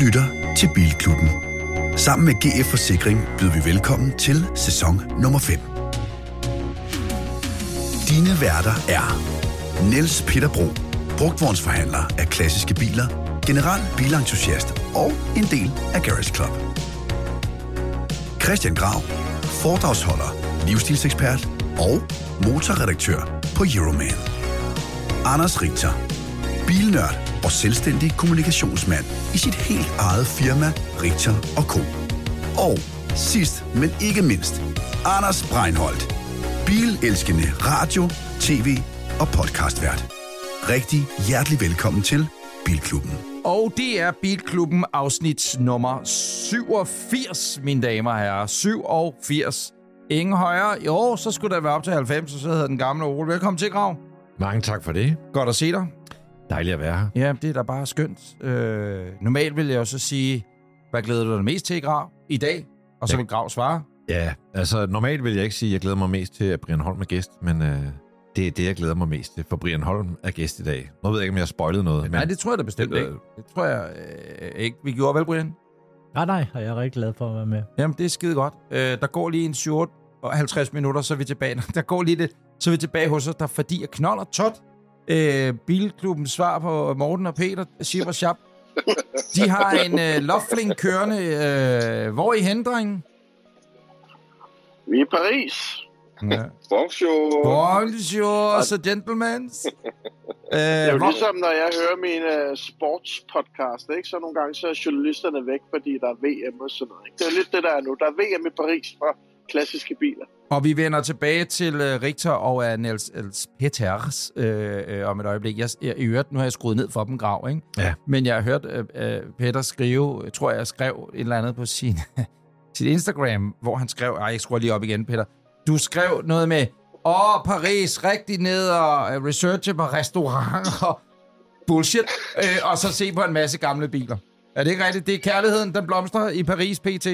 lytter til Bilklubben. Sammen med GF Forsikring byder vi velkommen til sæson nummer 5. Dine værter er Niels Peter Bro, brugtvognsforhandler af klassiske biler, general bilentusiast og en del af Garage Club. Christian Grav, foredragsholder, livsstilsekspert og motorredaktør på Euroman. Anders Richter, bilnørd og selvstændig kommunikationsmand i sit helt eget firma Richter & Co. Og sidst, men ikke mindst, Anders Breinholt, bilelskende radio, tv og podcastvært. Rigtig hjertelig velkommen til Bilklubben. Og det er Bilklubben afsnit nummer 87, mine damer og herrer. 87. Ingen højere. Jo, så skulle der være op til 90, så hedder den gamle Ole. Velkommen til, Grav. Mange tak for det. Godt at se dig. Dejligt at være her. Ja, det er da bare skønt. Normalt vil jeg jo så sige, hvad glæder du dig mest til, Grav, i dag? Og så vil Grav svare. Ja, altså normalt vil jeg ikke sige, at jeg glæder mig mest til, at Brian Holm er gæst, men det er det, jeg glæder mig mest til, for Brian Holm er gæst i dag. Nu ved jeg ikke, om jeg har spoilet noget. Nej, det tror jeg da bestemt ikke. Det tror jeg ikke, vi gjorde vel, Brian? Nej, og jeg er rigtig glad for at være med. Jamen, det er skide godt. Der går lige en 50 minutter, så er vi tilbage. Der går lige det, så er vi tilbage hos os, der fordi jeg knoller tot. Bilklubbens svar på Morten og Peter, Ship og Shop. De har en loftling kørende. Hvor er I henne, drenge? Vi er i Paris. Ja. Bonjour. Bonjour, so gentlemen. Det er jo ligesom, når jeg hører mine sportspodcast, ikke? Så nogle gange så er journalisterne væk, fordi der er VM og sådan noget. Ikke? Det er lidt det, der er nu. Der er VM i Paris for klassiske biler. Og vi vender tilbage til Richter og Niels Peters om et øjeblik. I øvrigt, nu har jeg skruet ned for dem, Grav, ikke? Ja. Men jeg har hørt Peter skrive, tror jeg skrev et eller andet på sit Instagram, hvor han skrev, jeg skruer lige op igen, Peter. Du skrev noget med, Paris, rigtig ned og researche på restauranter og bullshit, og så se på en masse gamle biler. Er det ikke rigtigt? Det er kærligheden, den blomstrer i Paris PT.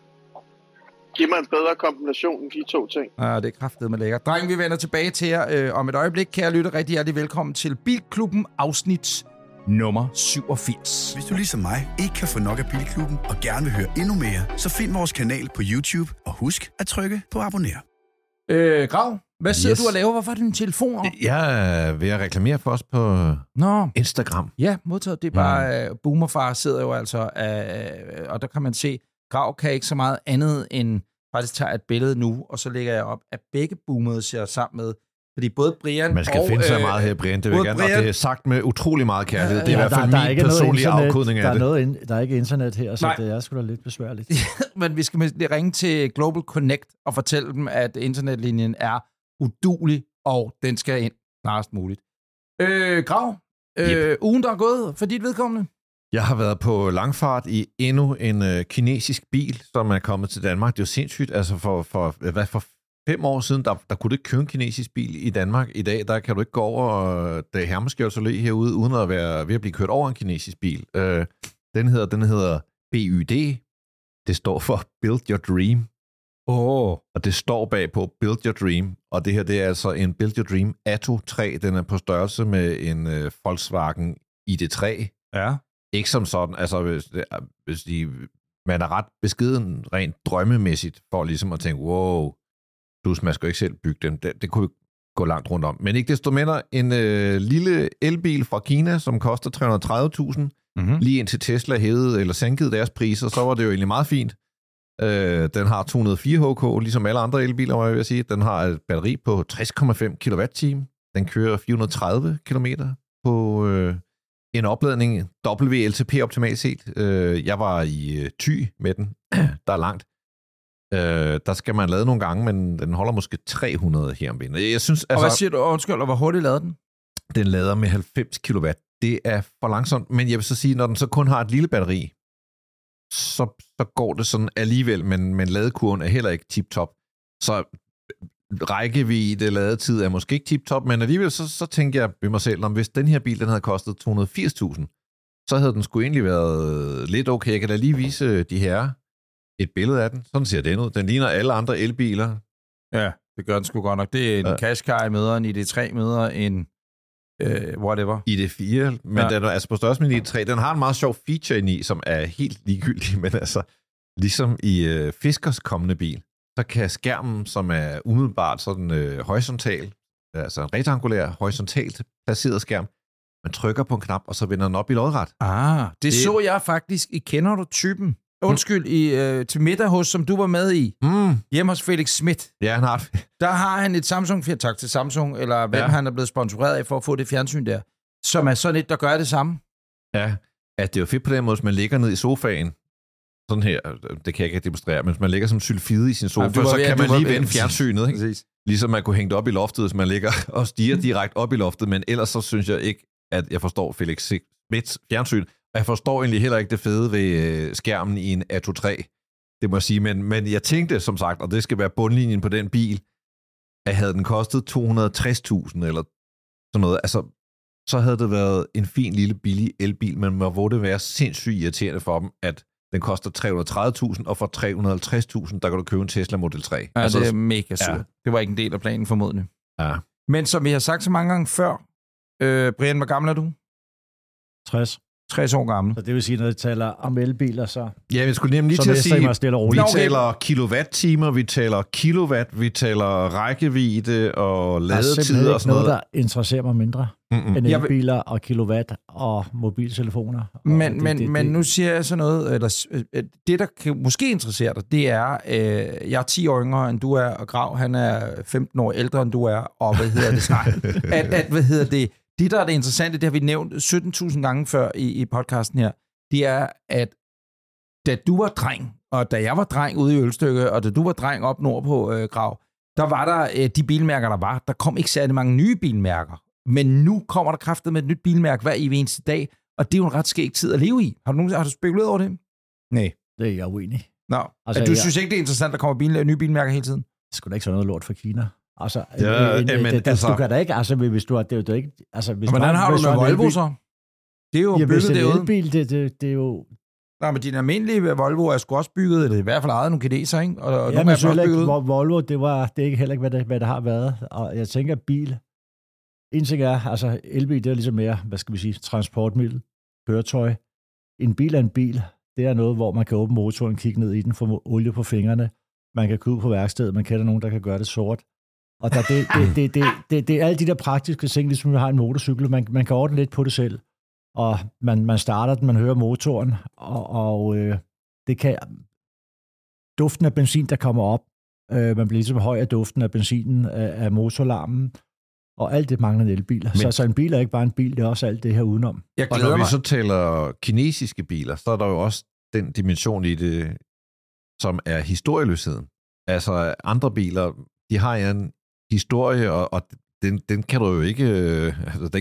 Giv mig en bedre kombination end de to ting. Ja, det er kraftedeme lækkert. Dreng, vi vender tilbage til jer om et øjeblik. Kære lytter, rigtig hjertelig velkommen til Bilklubben afsnit nummer 87. Hvis du ligesom mig ikke kan få nok af Bilklubben og gerne vil høre endnu mere, så find vores kanal på YouTube og husk at trykke på abonner. Grav, hvad sidder du og laver? Hvorfor er din telefon op? Jeg er ved at reklamere for os på Instagram. Ja, modtaget. Det er bare, Boomerfar sidder jo altså, og der kan man se, Grav kan ikke så meget andet end faktisk tager et billede nu, og så lægger jeg op, at begge boomede ser sammen med. Fordi både Brian man skal og, finde sig meget her, Brian. Det vil gerne, og det er sagt med utrolig meget kærlighed. Det er i hvert fald min personlige afkodning af det. Der er ikke internet her, så det er sgu da lidt besværligt. Men vi skal ringe til Global Connect og fortælle dem, at internetlinjen er uduelig, og den skal ind snarest muligt. Grav, ugen der er gået for dit vedkommende? Jeg har været på langfart i endnu en kinesisk bil, som er kommet til Danmark. Det er jo sindssygt. Altså for 5 år siden, der kunne du ikke købe en kinesisk bil i Danmark. I dag, der kan du ikke gå over det Hermesgårds Allé herude, uden at være ved at blive kørt over en kinesisk bil. Den hedder BYD. Det står for Build Your Dream. Og det står bagpå Build Your Dream. Og det her, det er altså en Build Your Dream Atto 3. Den er på størrelse med en Volkswagen ID3. Ja. Ikke som sådan. Altså, hvis man er ret beskeden rent drømmemæssigt for ligesom at tænke, wow, plus man skal ikke selv bygge dem. Det kunne vi gå langt rundt om. Men ikke desto mindre en lille elbil fra Kina, som koster 330.000. Lige indtil Tesla hævede eller sænkede deres priser, så var det jo egentlig meget fint. Den har 204 HK, ligesom alle andre elbiler, må jeg vil sige. Den har et batteri på 60,5 kWh. Den kører 430 km på en opladning WLTP optimalt set. Jeg var i Thy med den. Der er langt. Der skal man lade nogle gange, men den holder måske 300 her om vinteren. Jeg synes, altså, og hvad siger du? Undskyld, og hvor hurtigt lader den? Den lader med 90 kW. Det er for langsomt, men jeg vil så sige, når den så kun har et lille batteri, så går det sådan alligevel, men ladekurven er heller ikke tip-top. Så rækkevidde ladetid er måske ikke tip-top, men alligevel så tænker jeg ved mig selv, om hvis den her bil den havde kostet 280.000, så havde den sgu egentlig været lidt okay. Jeg kan da lige vise de her et billede af den. Sådan ser den ud. Den ligner alle andre elbiler. Ja, det gør den sgu godt nok. Det er en Qashqai møder, en ID3 møder, en whatever. ID4, men den er altså på størrelse med ID3. Den har en meget sjov feature i, som er helt ligegyldig, men altså, ligesom i Fiskers kommende bil, så kan skærmen, som er umiddelbart sådan horisontal, altså en rektangulær, horisontalt placeret skærm, man trykker på en knap, og så vender den op i lodret. Det så jeg faktisk i Kender du typen? Undskyld, til middag hos, som du var med i. Hjemme hos Felix Schmidt. Ja, han har det. Der har han et Samsung, tak til Samsung, eller hvem han er blevet sponsoreret af for at få det fjernsyn der, som er sådan et, der gør det samme. Ja, at det er jo fedt på den måde, hvis man ligger ned i sofaen, sådan her, det kan jeg ikke demonstrere, men hvis man ligger som sylfide i sin sofa, så kan man lige vende fjernsynet, ikke? Præcis. Ligesom man kunne hænge det op i loftet, hvis man ligger og stiger direkte op i loftet, men ellers så synes jeg ikke, at jeg forstår Felix Schmidts fjernsyn, og jeg forstår egentlig heller ikke det fede ved skærmen i en A23, det må jeg sige, men jeg tænkte, som sagt, og det skal være bundlinjen på den bil, at havde den kostet 260.000 eller sådan noget, altså, så havde det været en fin lille billig elbil, men hvor det være sindssygt irriterende for dem, at den koster 330.000, og for 350.000, der kan du købe en Tesla Model 3. Ja, altså, det er mega surt. Ja. Det var ikke en del af planen formodentlig. Ja. Men som vi har sagt så mange gange før, Brian, hvor gammel er du? 60 år gammel. Så det vil sige, når vi taler om elbiler, så... Ja, vi skulle lige til at sige, vi taler kilowatt-timer, vi taler kilowatt, vi taler rækkevidde og ladetid og sådan noget. Der interesserer mig mindre end elbiler og kilowatt og mobiltelefoner. Og men nu siger jeg så noget, eller det, der kan måske interessere dig, det er, jeg er 10 år yngre, end du er, og Grav, han er 15 år ældre, end du er, og hvad hedder det? Det, der er det interessante, det har vi nævnt 17.000 gange før i podcasten her, det er, at da du var dreng, og da jeg var dreng ude i Ølstykke, og da du var dreng op nordpå, Grav, der var der de bilmærker, der var. Der kom ikke særlig mange nye bilmærker. Men nu kommer der kraftigt med et nyt bilmærke hver eneste dag, og det er jo en ret skæg tid at leve i. Har du spekuleret over det? Nej. Det er jeg uenig. Nå, altså, du synes ikke, det er interessant, at der kommer nye bilmærker hele tiden? Det skulle da ikke sådan noget lort for Kina. Altså, du kan da ikke, altså, hvis du har, det er jo ikke, altså, hvis hvordan har du med Volvo så? Det er jo bygget derude. Elbil, det er jo... Nej, men din almindelige Volvo er sgu også bygget, eller i hvert fald ejet nogle kineser, ikke? Og ja, men så ikke, Volvo, det er ikke heller ikke, hvad det har været. Og jeg tænker, bil, en ting er, altså elbil, det er ligesom mere, hvad skal vi sige, transportmiddel, køretøj. En bil er en bil. Det er noget, hvor man kan åbne motoren, kigge ned i den, få olie på fingrene. Man kan købe på værkstedet, man kender nogen, der kan gøre det sort. Og det er alle de der praktiske ting, ligesom vi har en motorcykel. Man kan ordne lidt på det selv. Og man starter den, man hører motoren, og det kan... Duften af benzin, der kommer op, man bliver ligesom høj af duften af benzinen, af motorlarmen, og alt det mangler en elbil. Så en bil er ikke bare en bil, det er også alt det her udenom. Og når vi så taler kinesiske biler, så er der jo også den dimension i det, som er historieløsheden. Altså andre biler, de har en historie, og den kan du jo ikke,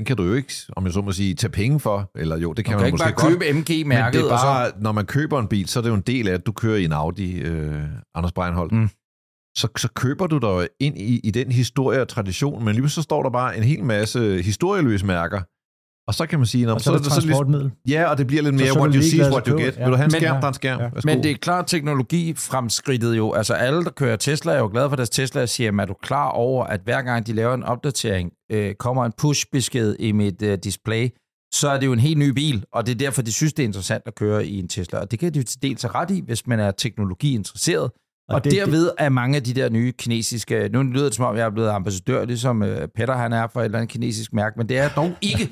om jeg så må sige, tage penge for, eller jo, det kan man måske godt. Du kan ikke bare købe MG-mærket. Men det er bare, når man køber en bil, så er det jo en del af, at du kører i en Audi, Anders Breinholt. Så køber du dig ind i den historie og tradition, men lige så står der bare en hel masse historieløse mærker, og så kan man sige... Og så er det transportmiddel. Ja, og det bliver lidt mere what you see is what you get. Vil du have en skærm, der er en skærm? Ja. Men det er klart, teknologi fremskridtet jo. Altså alle, der kører Tesla, er jo glade for deres Tesla, og siger, er du klar over, at hver gang de laver en opdatering, kommer en push-besked i mit display, så er det jo en helt ny bil, og det er derfor, de synes, det er interessant at køre i en Tesla. Og det kan de jo til dels have ret i, hvis man er teknologiinteresseret. Og derved er mange af de der nye kinesiske... Nu lyder det som om, jeg er blevet ambassadør, ligesom Peter han er for et eller andet kinesisk mærke, men det er dog ikke.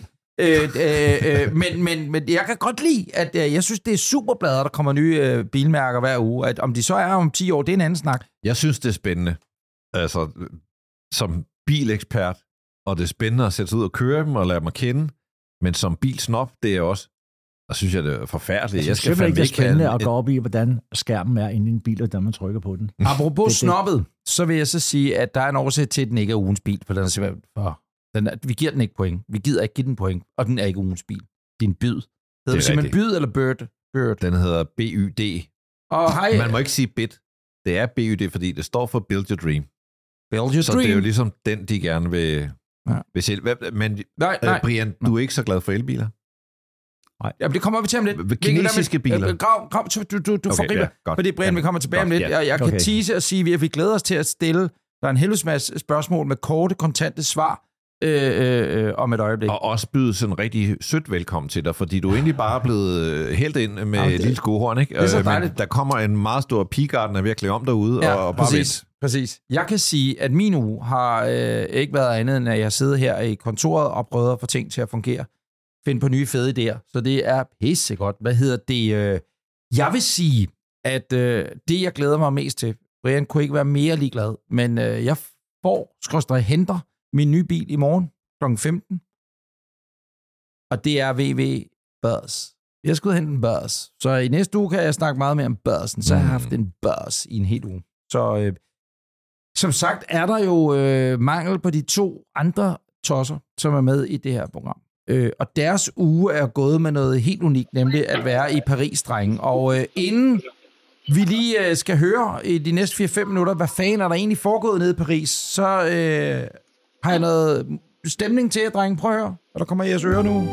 Men jeg kan godt lide, at jeg synes, det er superbladet, der kommer nye bilmærker hver uge. At om de så er om 10 år, det er en anden snak. Jeg synes, det er spændende. Altså, som bilekspert, og det er spændende at sætte sig ud og køre dem og lade dem at kende. Men som bilsnop, det er også... Der synes jeg, det er forfærdeligt. Jeg skal fandme ikke spændende at gå op i, hvordan skærmen er inde i en bil, og der man trykker på den. Apropos snobbet, så vil jeg så sige, at der er en årsag til, at den ikke er ugens bil, for den er simpelthen vi giver den ikke point. Vi gider ikke give den point, og den er ikke ugens bil. Det er en byd. Hedder det simpelthen byd eller bird? Den hedder BYD. Man må ikke sige bit. Det er BYD, fordi det står for Build Your Dream. Build Your så Dream. Det er jo ligesom den, de gerne vil sælge. Men nej. Brian, du er ikke så glad for elbiler? Nej. Jamen, det kommer vi til om lidt. Kinesiske biler. Kom, du får gribe. Fordi, Brian, vi kommer tilbage om lidt. Jeg kan tease og sige, at vi glæder os til at stille. Der er en helvedes masse spørgsmål med korte, kontante svar. om et øjeblik. Og også byde sådan rigtig sødt velkommen til dig, fordi du er egentlig bare blevet hældt ind med et lille skohorn, ikke? Det er så dejligt. Men der kommer en meget stor pigegarden af virkelig om derude. Ja, og bare præcis. Jeg kan sige, at min uge har ikke været andet, end at jeg sidder her i kontoret og prøver at få ting til at fungere. Finde på nye fede idéer. Så det er pissegodt. Hvad hedder det? Jeg vil sige, at det, jeg glæder mig mest til, Brian kunne ikke være mere ligeglad, men jeg henter min nye bil i morgen kl. 15. Og det er VW Buzz. Jeg skal ud og hente en Buzz. Så i næste uge kan jeg snakke meget mere om Buzz'en. Så jeg har haft en Buzz i en hel uge. Så som sagt er der jo mangel på de 2 andre tosser, som er med i det her program. Og deres uge er gået med noget helt unikt, nemlig at være i Paris, drenge. Og inden vi lige skal høre i de næste 4-5 minutter, hvad fanden er der egentlig foregået nede i Paris, så har jeg noget stemning til jer, drenge. Prøv at høre, hvad der kommer i jeres ører nu.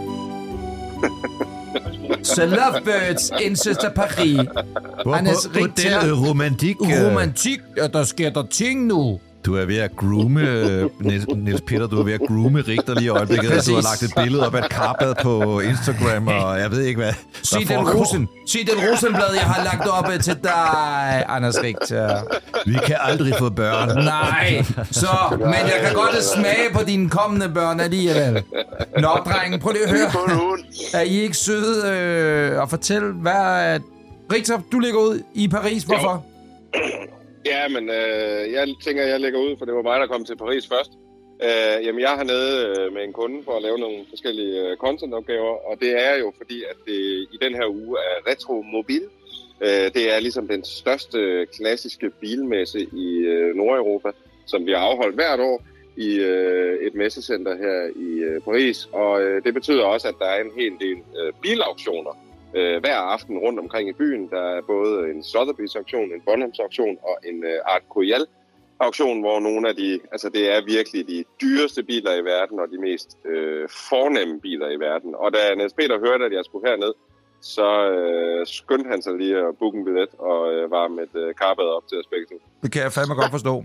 Så Lovebirds indsøster Paris. Anders Richter. Romantik, og der sker der ting nu. Du er ved at groome, Niels Peter, du er ved at groome Richter lige i øjeblikket. Du har lagt et billede op af et karbad på Instagram, og jeg ved ikke, hvad Se den rosenblad, jeg har lagt op til dig, Anders Richter. Vi kan aldrig få børn. Nej, men jeg kan godt smage på dine kommende børn alligevel. Nå, drengen, prøv lige at høre. Er I ikke søde og fortælle, hvad... Richter, du ligger ud i Paris, hvorfor? Ja, men jeg tænker, jeg lægger ud, for det var mig, der kom til Paris først. Jamen, jeg er hernede med en kunde for at lave nogle forskellige contentopgaver, og det er jo fordi, at det i den her uge er Retromobil. Det er ligesom den største klassiske bilmesse i Nordeuropa, som bliver afholdt hvert år i et messecenter her i Paris. Og det betyder også, at der er en hel del bilauktioner hver aften rundt omkring i byen. Der er både en Sotheby's-auktion, en Bonhams-auktion og en Art Coyal-auktion, hvor nogle af de, altså det er virkelig de dyreste biler i verden og de mest fornemme biler i verden. Og da Niels Peter hørte, at jeg skulle herned, så skyndte han sig lige at booke en billet og var med et karbad op til Aspektet. Det kan jeg fandme godt forstå.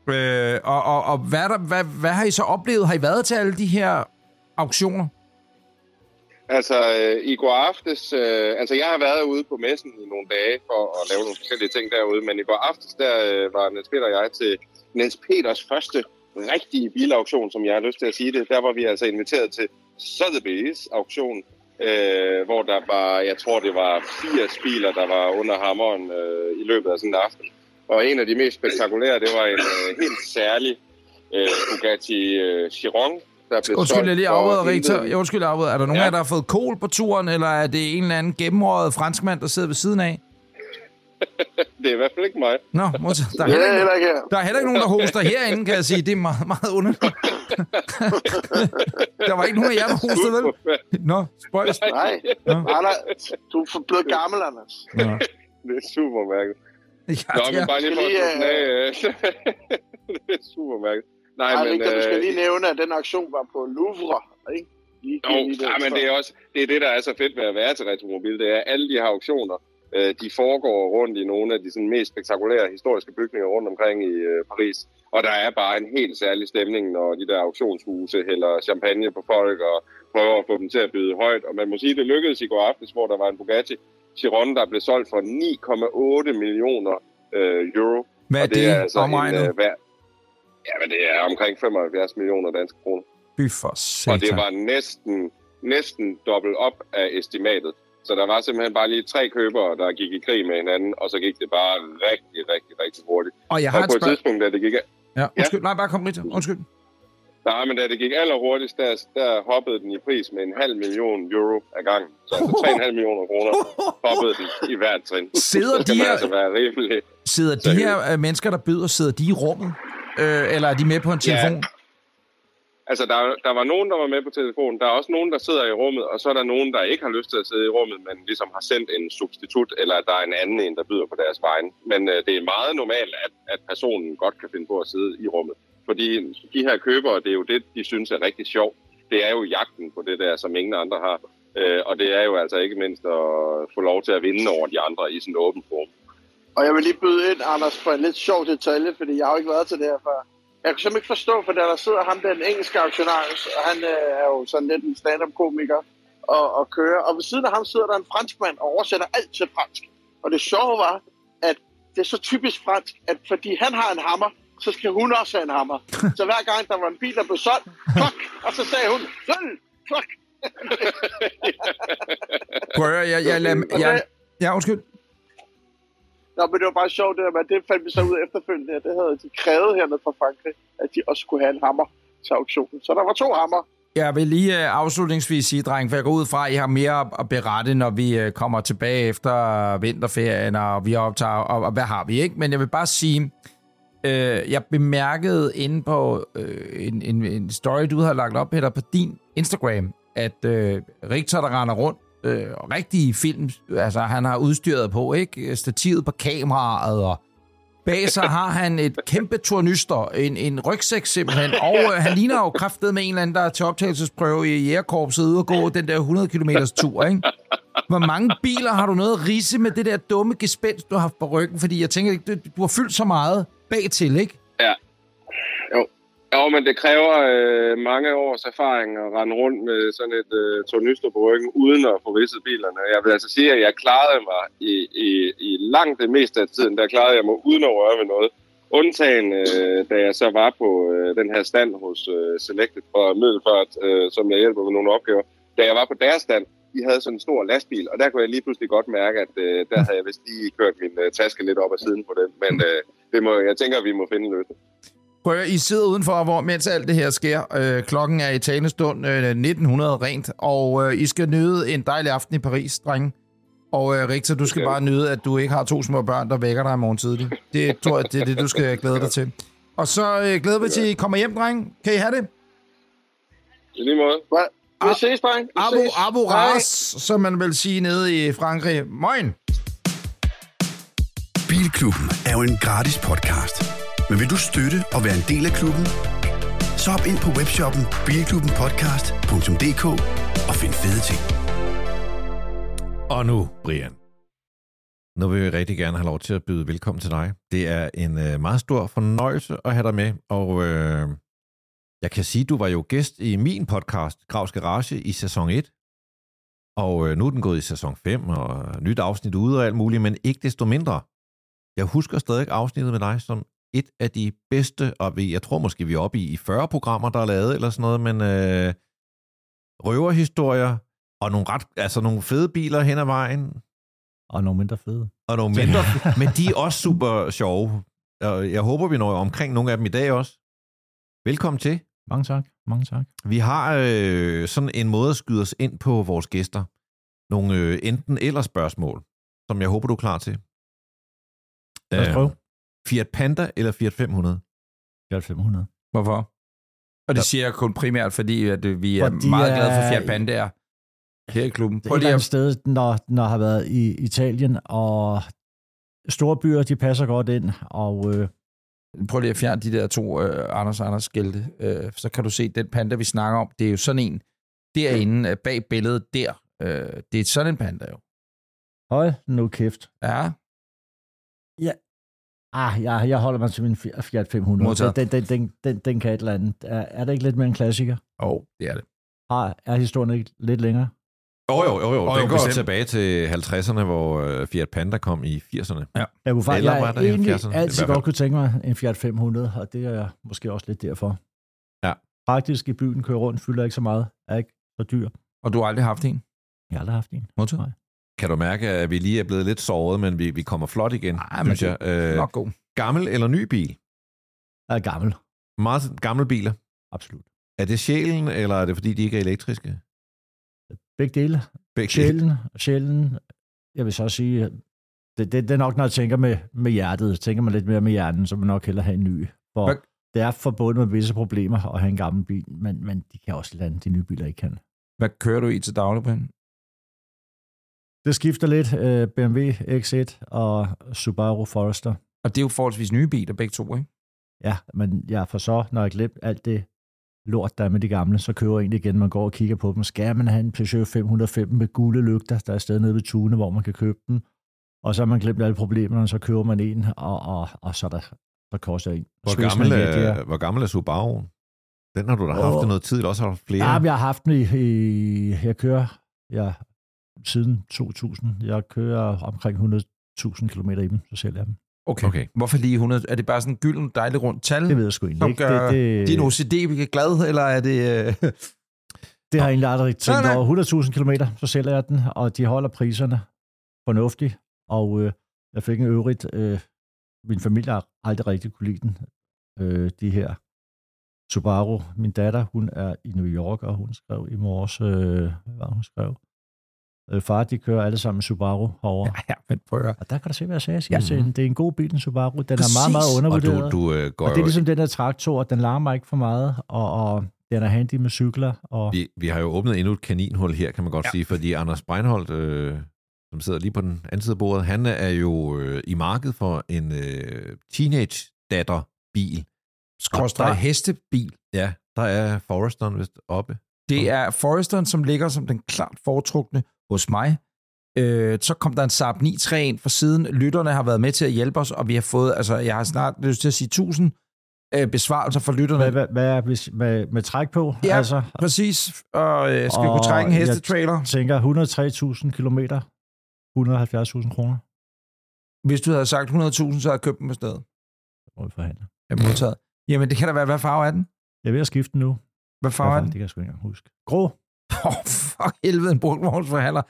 Og hvad har I så oplevet? Har I været til alle de her auktioner? Altså, i går aftes... jeg har været ude på messen i nogle dage for at lave nogle forskellige ting derude, men i går aftes, der var Niels Peter og jeg til Niels Peters første rigtige bilauktion, som jeg har lyst til at sige det. Der var vi altså inviteret til Sotheby's auktion, hvor der var, jeg tror det var 80 biler, der var under hammeren i løbet af sådan en aften. Og en af de mest spektakulære, det var en helt særlig Bugatti Chiron. Undskyld, jeg lige afbryder, Richter. Undskyld, jeg afbryder. Er der nogen af jer, der har fået kål på turen, eller er det en eller anden gennemrøget franskmand, der sidder ved siden af? Det er i hvert fald ikke mig. Nå, der er heller ikke nogen, der hoster herinde, kan jeg sige. Det er meget, meget underligt. Der var ikke nogen af jer, der hostede, vel? Nå, spøjs. Nej, du er blevet gammel, Anders. Nå. Det er super mærket. Ja, nå, men bare lige for at det er super mærket. Nej, men Richter, du skal lige nævne, at den auktion var på Louvre, ikke? Men det er også det, der er så fedt ved at være til Retromobil. Det er, alle de her auktioner, de foregår rundt i nogle af de sådan, mest spektakulære historiske bygninger rundt omkring i Paris. Og der er bare en helt særlig stemning, når de der auktionshuse hælder champagne på folk og prøver at få dem til at byde højt. Og man må sige, det lykkedes i går aftes, hvor der var en Bugatti Chiron, der blev solgt for 9,8 millioner euro. Hvad er det? Altså ja, men det er omkring 75 millioner danske kroner. For satan. Og det var næsten dobbelt op af estimatet. Så der var simpelthen bare lige 3 købere, der gik i krig med hinanden, og så gik det bare rigtig hurtigt. Og jeg har på et tidspunkt, da det gik... Ja, undskyld. Nej, bare kom lidt. Undskyld. Nej, men da det gik allerhurtigst, der hoppede den i pris med 500.000 euro ad gangen. Så altså 3,5 millioner kroner hoppede den i hvert trin. Sidder de her mennesker, der byder, sidder de i rummet? Eller er de med på en telefon? Ja. Altså, der var nogen, der var med på telefonen. Der er også nogen, der sidder i rummet, og så er der nogen, der ikke har lyst til at sidde i rummet, men ligesom har sendt en substitut, eller at der er en anden en, der byder på deres vegne. Men det er meget normalt, at personen godt kan finde på at sidde i rummet. Fordi de her købere, det er jo det, de synes er rigtig sjovt. Det er jo jagten på det der, som ingen andre har. Og det er jo altså ikke mindst at få lov til at vinde over de andre i sådan en åben form. Og jeg vil lige byde ind, Anders, på en lidt sjov detalje, fordi jeg har jo ikke været til det her før. jeg kan simpelthen ikke forstå, for der sidder ham, den engelske aktionær, og han er jo sådan lidt en stand-up-komiker, og kører. Og ved siden af ham sidder der en franskmand og oversætter alt til fransk. Og det sjove var, at det er så typisk fransk, at fordi han har en hammer, så skal hun også have en hammer. Så hver gang der var en bil, der blev solgt, klok, og så sagde hun, klok. Prøv at ja, undskyld. Nå, men det var bare sjovt, det fandt vi så ud af efterfølgende. Det havde de krævet hernede fra Frankrig, at de også skulle have en hammer til auktionen. Så der var 2 hammer. Jeg vil lige afslutningsvis sige, dreng, for jeg går ud fra, at I har mere at berette, når vi kommer tilbage efter vinterferien, og vi optager, og hvad har vi, ikke? Men jeg vil bare sige, jeg bemærkede inde på en story, du har lagt op, Peter, på din Instagram, at Richter, der render rundt, rigtige film, altså han har udstyret på, ikke? Stativet på kameraet, og bag sig har han et kæmpe tornyster, en rygsæk simpelthen, og han ligner jo kraftet med en eller anden, der er til optagelsesprøve i jægerkorpset ude og gå den der 100 km tur, ikke? Hvor mange biler har du noget at ridse med det der dumme gespenst, du har haft på ryggen? Fordi jeg tænker, du har fyldt så meget bagtil, ikke? Ja. Jo, men det kræver mange års erfaring at rende rundt med sådan et tornyster på ryggen, uden at få ridset bilerne. Jeg vil altså sige, at jeg klarede mig i langt det meste af tiden, der klarede jeg mig uden at røre ved noget. Undtagen, da jeg så var på den her stand hos Selected fra Middelfart, som jeg hjælper med nogle opgaver. Da jeg var på deres stand, de havde sådan en stor lastbil, og der kunne jeg lige pludselig godt mærke, at der havde jeg vist lige kørt min taske lidt op ad siden på den. Men jeg tænker, at vi må finde en løsning. Prøv at I sidder udenfor, hvor mens alt det her sker. Klokken er i talende stund 1900 rent, og I skal nyde en dejlig aften i Paris, drenge. Og Richter, du skal bare nyde, at du ikke har 2 små børn, der vækker dig i morgen tidlig. Det tror jeg, det er det, du skal glæde dig til. Og så glæder vi til, at I kommer hjem, drenge. Kan I have det? I lige måde. Vi ses, drenge. Abu Ras, som man vil sige nede i Frankrig. Moin! Bilklubben er jo en gratis podcast. Men vil du støtte og være en del af klubben? Så hop ind på webshoppen bilklubbenpodcast.dk og find fede ting. Og nu, Brian. Nu vil vi rigtig gerne have lov til at byde velkommen til dig. Det er en meget stor fornøjelse at have dig med, og jeg kan sige, at du var jo gæst i min podcast, Gravs Garage, i sæson 1. Og nu er den gået i sæson 5, og nyt afsnit ude og alt muligt, men ikke desto mindre. Jeg husker stadig afsnittet med dig som et af de bedste, og jeg tror måske, vi er oppe i 40 programmer, der er lavet, eller sådan noget, men røverhistorier, og nogle fede biler hen ad vejen. Og nogle mindre fede. Men de er også super sjove. Jeg håber, vi når omkring nogle af dem i dag også. Velkommen til. Mange tak. Vi har sådan en måde at skyde os ind på vores gæster. Nogle enten eller spørgsmål, som jeg håber, du er klar til. Lad os prøve. Fiat Panda eller Fiat 500? Fiat 500. Hvorfor? Og det siger jeg kun primært, fordi at vi er meget glade for Fiat Pandaer her i klubben. Det er et eller andet sted, når har været i Italien, og store byer, de passer godt ind, og prøv lige at fjerne de der 2 Anders skilte, så kan du se, den panda, vi snakker om, det er jo sådan en derinde bag billedet der. Det er sådan en panda jo. Hold nu kæft. Ja. Jeg holder mig til min Fiat 500. Den kan et eller andet. Er det ikke lidt mere en klassiker? Det er det. Er historien ikke lidt længere? Jo. Den går tilbage til 50'erne, hvor Fiat Panda kom i 80'erne. Ja. Jeg har egentlig altid godt kunne tænke mig en Fiat 500, og det er måske også lidt derfor. Ja. Faktisk i byen kører rundt, fylder ikke så meget, er ikke så dyr. Og du har aldrig haft en? Jeg har aldrig haft en. Modtaget. Kan du mærke, at vi lige er blevet lidt såret, men vi kommer flot igen, synes jeg. Nok god. Gammel eller ny bil? Gammel. Meget gamle biler? Absolut. Er det sjælen, eller er det fordi, de ikke er elektriske? Begge dele. Sjælen. Jeg vil så sige, det er nok, når jeg tænker med hjertet. Tænker man lidt mere med hjernen, så vil man nok hellere have en ny. For det er forbundet med visse problemer at have en gammel bil, men de kan også lande, de nye biler ikke kan. Hvad kører du i til daglig, Brian? Det skifter lidt. BMW X1 og Subaru Forester. Og det er jo forholdsvis nye biler, begge to, ikke? Ja, men for så, når jeg glemmer alt det lort, der er med de gamle, så køber jeg egentlig igen, man går og kigger på dem. Skal man have en Peugeot 505 med gule lygter, der er stadig nede ved Tune, hvor man kan købe dem? Og så har man glemt alle problemerne, og så køber man en, og så er der der koster en. Hvor gammel er Subaru'en? Den har du da haft noget tid, eller også har du flere? Ja, jeg har haft den jeg kører siden 2000. Jeg kører omkring 100.000 kilometer i dem, så sælger jeg dem. Okay. Hvorfor lige 100? Er det bare sådan en gylden, dejlig rundt tal? Det ved jeg sgu egentlig ikke. Din OCD glad, eller er det... Det har jeg egentlig aldrig tænkt over. 100.000 kilometer, så sælger jeg den, og de holder priserne fornuftigt. Og jeg fik en øvrigt... min familie har aldrig rigtig kunne lide den. De her Subaru. Min datter, hun er i New York, og hun skrev i morges... hvad hun skrev? Far, de kører alle sammen Subaru herovre. Ja, men prøv at høre. Og der kan du se, hvad jeg sagde. Det er en god bil, en Subaru. Den er meget, meget undervurderet. Og det er ligesom den der traktor, den larmer ikke for meget, og den er handy med cykler. Og... Vi har jo åbnet endnu et kaninhul her, kan man godt sige, fordi Anders Breinholt, som sidder lige på den anden side af bordet, han er jo i markedet for en teenage-datter-bil. Skråstreg hestebil. Ja, der er Foresteren vist oppe. Det er Foresteren, som ligger som den klart foretrukne hos mig. Så kom der en Saab 9-3 ind for siden. Lytterne har været med til at hjælpe os, og vi har fået, jeg har snart lyst til at sige 1000 besvarelser fra lytterne. Hvad med træk på? Ja, altså, præcis. Og skal vi kunne trække en hestetrailer? Jeg tænker 103.000 kilometer, 170.000 kroner. Hvis du havde sagt 100.000, så havde jeg købt dem på stedet. Det må vi forhandle. Modtaget. Jamen, det kan da være, hvad farve er den? Jeg er ved at skifte den nu. Hvad farve er den? Det kan jeg sgu ikke engang huske. Grå. Fuck helvede, en brugtvognsforhandler.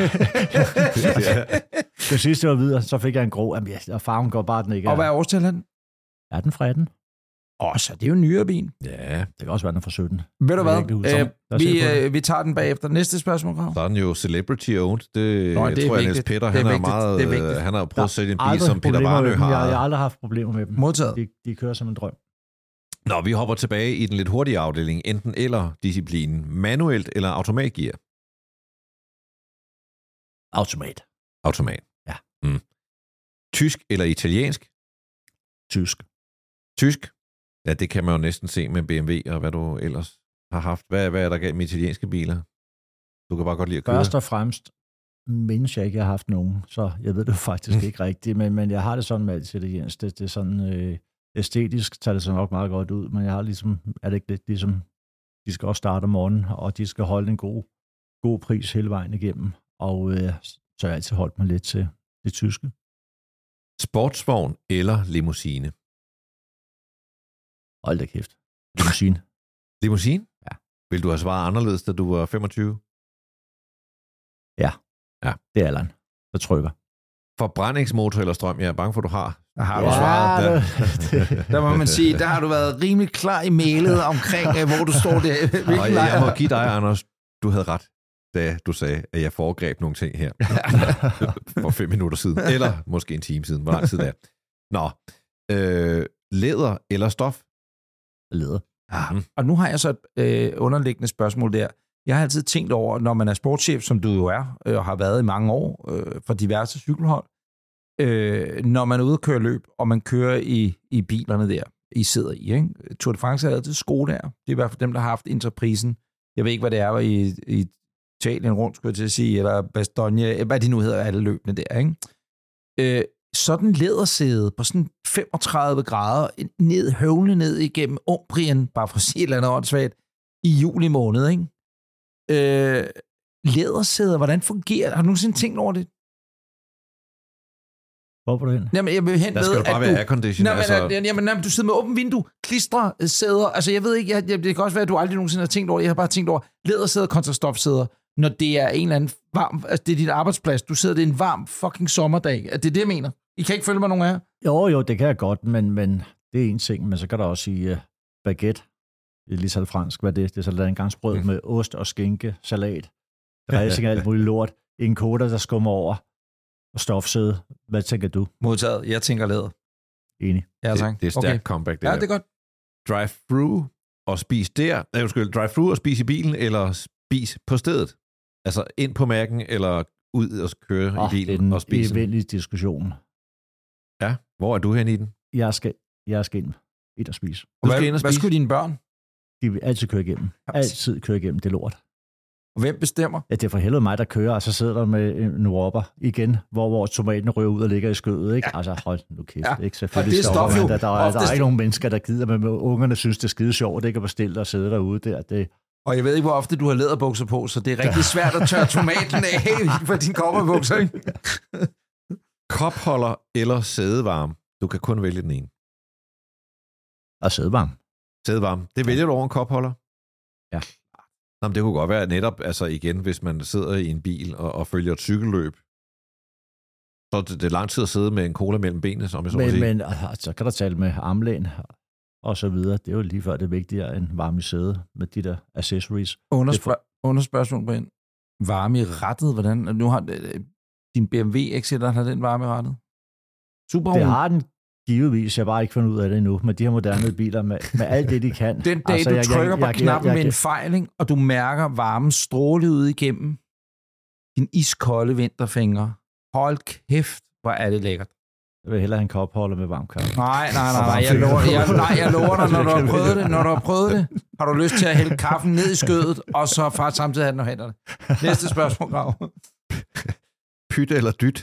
Det sidste var videre, så fik jeg en grå. Jamen, farven går bare den ikke. Og hvad er årstal den? Er den fra 18? Så det er jo en nyere bil. Ja. Det kan også være, den er fra 17. Ved du hvad? Vi tager den bagefter. Næste spørgsmål, Grav. Så er den jo celebrity owned. Det tror jeg, Niels Peter, han har prøvet at sælge en bil, som Peter Varnø har. Jeg har aldrig haft problemer med dem. Modtaget. De kører som en drøm. Nå, vi hopper tilbage i den lidt hurtige afdeling. Enten eller disciplinen. Manuelt eller automatgear? Automat. Ja. Tysk eller italiensk? Tysk? Ja, det kan man jo næsten se med BMW og hvad du ellers har haft. Hvad er der galt med italienske biler? Du kan bare godt lide at køre. Først og fremmest mindes jeg ikke, jeg har haft nogen, så jeg ved det faktisk ikke rigtigt, men jeg har det sådan med alt italiensk. Det er sådan æstetisk, tager det så nok meget godt ud, men jeg har ligesom, er det ikke lidt ligesom, de skal også starte om morgenen, og de skal holde en god pris hele vejen igennem, og så har jeg altid holdt mig lidt til det tyske. Sportsvogn eller limousine? Hold da kæft. Limousine. Limousine? Ja. Vil du have svaret anderledes, da du var 25? Ja. Det er alderen, der trykker. Forbrændingsmotor eller strøm? Jeg er bange for, du har. Der har du svaret. Der må man sige, der har du været rimelig klar i mailet omkring, hvor du står der. Og jeg må give dig, Anders, du havde ret, da du sagde, at jeg foregreb nogle ting her for 5 minutter siden. Eller måske en time siden. Hvor lang tid det er. Nå. Læder eller stof? Læder. Og nu har jeg så et underliggende spørgsmål der. Jeg har altid tænkt over, når man er sportschef, som du jo er, og har været i mange år for diverse cykelhold, når man er ude og køre løb, og man kører i bilerne der, I sidder i, ikke? Tour de France er altid Skoda. Det er i hvert fald dem, der har haft Interprisen. Jeg ved ikke, hvad det er i Italien rundt, skulle jeg til at sige, eller Bastogne, hvad de nu hedder, alle løbende der, ikke? Sådan lædersæde på sådan 35 grader, høvlende ned igennem Umbrien, bare for at sige et eller andet åndssvagt, i juli måned, ikke? Lædersæder, hvordan fungerer det? Har du nogensinde tænkt over det? Hvor er du hen? Jamen, jeg vil hen der skal ved, du bare være aircondition. Jamen, du sidder med åbent vindue, klistrer sæder. Altså, jeg ved ikke, det kan også være, at du aldrig nogensinde har tænkt over det. Jeg har bare tænkt over lædersæder kontra stofsæder, når det er en eller anden varm, altså det er dit arbejdsplads. Du sidder, det er en varm fucking sommerdag. Det er det, jeg mener. I kan ikke følge mig nogen af jer? Jo, det kan jeg godt, men det er en ting. Men så kan der også sige baguette. Det er lige så fransk, hvad det er. Det er så en gang sprød med ost og skinke, salat, dressing og alt muligt lort. En koda, der skummer over og stofsæde. Hvad tænker du? Modtaget. Jeg tænker læder. Enig. Ja, tak. Det er stærkt comeback, det ja, der. det er godt. Drive-thru og spis der. Drive-thru og spis i bilen, eller spis på stedet? Altså ind på mærken, eller ud og køre i bilen og spise? Det er en eventlig diskussion. Ja, hvor er du hen i den? Jeg skal ind og spise. Hvad skulle dine børn? De vil altid køre igennem. Altid køre igennem det lort. Og hvem bestemmer? Ja, det er for helvede mig, der kører, og så sidder der med en ropper igen, hvor tomaten rører ud og ligger i skødet, ikke? Ja. Altså, hold nu kæft, ikke? Selvfølgelig det stopper stopper man. Der er ikke nogen mennesker, der gider, men ungerne synes, det er skide sjovt, ikke? At bestille og sidde derude der. Det... Og jeg ved ikke, hvor ofte du har læderbukser på, så det er rigtig svært at tørre tomaten af for dine kopperbukser, ikke? Kopholder eller sædevarme? Du kan kun vælge den ene. Og sædevarme. Sædevarme. Det vælger du over en kopholder? Ja. Nå, men det kunne godt være netop, altså igen, hvis man sidder i en bil og følger et cykelløb, så er det lang tid at sidde med en cola mellem benene, som jeg så må sige. Men så kan der tale med armlæn og så videre. Det er jo lige før det er vigtigere end varme i sæde med de der accessories. Underspørgsmål på en. Varme i rattet, hvordan? Nu har din BMW X1, har den varme i rattet? Super. Det har den givetvis. Jeg har bare ikke fundet ud af det endnu. Med de her moderne biler, med alt det, de kan. Den dag, altså, du trykker på knappen med en fejling, og du mærker varmen stråle ud igennem din iskolde vinterfingre. Hold kæft, hvor er det lækkert. Jeg vil hellere have en kopholder med varm kaffe. Nej. Jeg lover dig, når du har prøvet det, har du lyst til at hælde kaffen ned i skødet, og så faktisk samtidig have den og hænderne. Næste spørgsmål, Grav. Pyt eller dyt?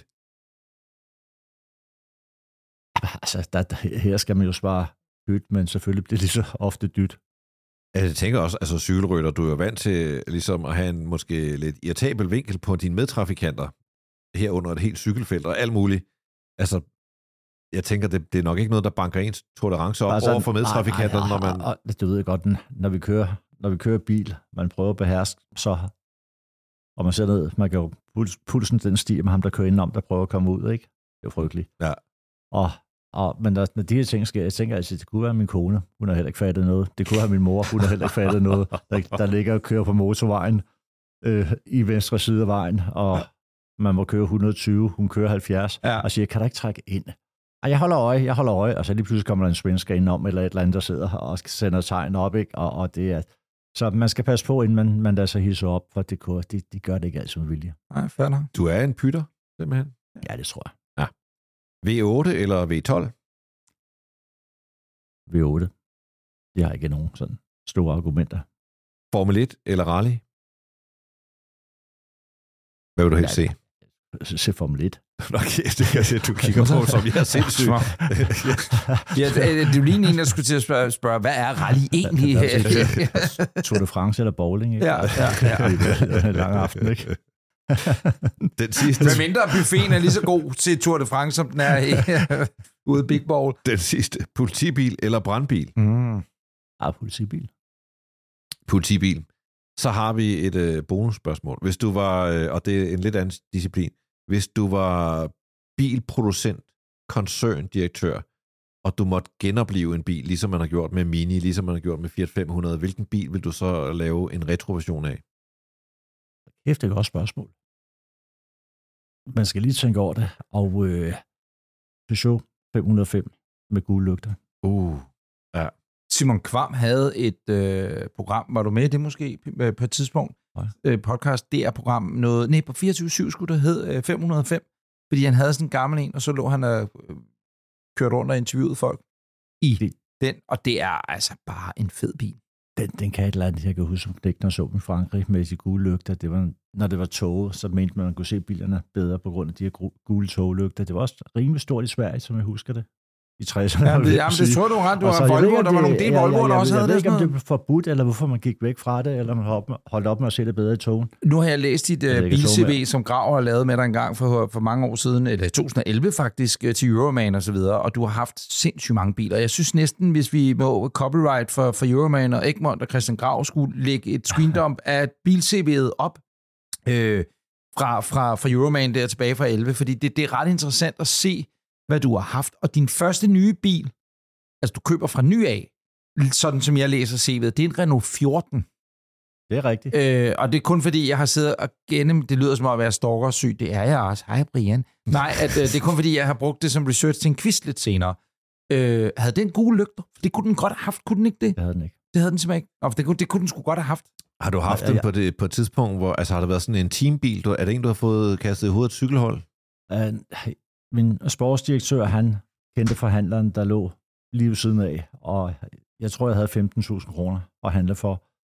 Altså, her skal man jo spare dyt, men selvfølgelig bliver det så ofte dyt. Jeg tænker også, altså cykelrytter, du er jo vant til ligesom at have en måske lidt irritabel vinkel på dine medtrafikanter, herunder et helt cykelfelt og alt muligt. Altså, jeg tænker, det er nok ikke noget, der banker ens tolerance op over for medtrafikanterne, når man... Det ved jeg godt, når vi kører bil, man prøver at beherske, så... Og man ser ned, man kan jo pulsen den stiger med ham, der kører indenom, der prøver at komme ud, ikke? Det er jo frygteligt. Ja. Men når de her ting sker, jeg tænker altså, det kunne være min kone, hun har heller ikke fattet noget. Det kunne være min mor, hun har heller ikke fattet noget. Der ligger og kører på motorvejen i venstre side af vejen, og man må køre 120, hun kører 70, og siger, kan der ikke trække ind? Og jeg holder øje, og så lige pludselig kommer der en svensker indenom, eller et eller andet, der sidder og sender tegn op, ikke? Og det er... Så man skal passe på, inden man lader sig hisse op, for de gør det ikke altid med vilje. Nej, fair nok. Du er en pytter, simpelthen? Ja, det tror jeg. Ja. V8 eller V12? V8. Jeg har ikke nogen sådan store argumenter. Formel 1 eller rally? Hvad vil du helst se? Se Formel 1. Okay, det kan jeg se, du kigger på, som jeg er sindssygt. Du ligner en, der skulle til at spørge, hvad er rally egentlig? Tour de France eller bowling, ikke? Ja. En lang aften, ikke? Den sidste... Med mindre buffeten er lige så god til Tour de France, som den er ude i Big Bowl. Den sidste. Politibil eller brandbil? Politibil. Politibil. Så har vi et bonusspørgsmål. Hvis du var, og det er en lidt anden disciplin, hvis du var bilproducent, koncerndirektør, og du måtte genopleve en bil, ligesom man har gjort med Mini, ligesom man har gjort med Fiat 500, hvilken bil vil du så lave en retroversion af? Det er et godt spørgsmål. Man skal lige tænke over det. Og Peugeot 505 med gule lygter. Ja. Simon Kvam havde et program, var du med i det måske på et tidspunkt? Podcast, DR-program, på 24/7 skulle der hedde 505, fordi han havde sådan en gammel en, og så lå han og kørte rundt og interviewede folk i den, og det er altså bare en fed bil. Den kan et eller andet, jeg kan huske, som knægten så i Frankrig med de gule lygter. Det var, når det var toget, så mente man, at man kunne se bilerne bedre på grund af de her gule toglygter. Det var også rimelig stort i Sverige, som jeg husker det. I 60'erne. Jamen, det tror du ret. Du har Volvo, der var nogle del Volvoer, der også havde det. Jeg ved ikke, om det var forbudt, eller hvorfor man gik væk fra det, eller man holdt op med at se det bedre i togen. Nu har jeg læst dit bil-CV, som Grav har lavet med dig en gang for mange år siden, eller 2011 faktisk, til Euroman og så videre, og du har haft sindssygt mange biler. Jeg synes næsten, hvis vi må copyright for Euroman og Egmont og Christian Grav skulle lægge et screendump af bil-CV'et op fra Euroman der tilbage fra 11, fordi det er ret interessant at se, hvad du har haft. Og din første nye bil, altså du køber fra ny af, sådan som jeg læser CV'et, det er en Renault 14. Det er rigtigt. Og det er kun fordi, jeg har siddet og det lyder som at være stalkersyg. Det er jeg også. Hej, Brian. Nej, det er kun fordi, jeg har brugt det som research til en quiz lidt senere. Havde den gule lygter? Det kunne den godt have haft, kunne den ikke det? Det havde den ikke. Det havde den simpelthen ikke. Det kunne den sgu godt have haft. Har du haft den på et tidspunkt, hvor har der været sådan en teambil? Er det en, du har fået kastet i hovedet cykelhold? Min sportsdirektør, han kendte forhandleren, der lå lige ved siden af, og jeg tror, jeg havde 15.000 kroner at handle for.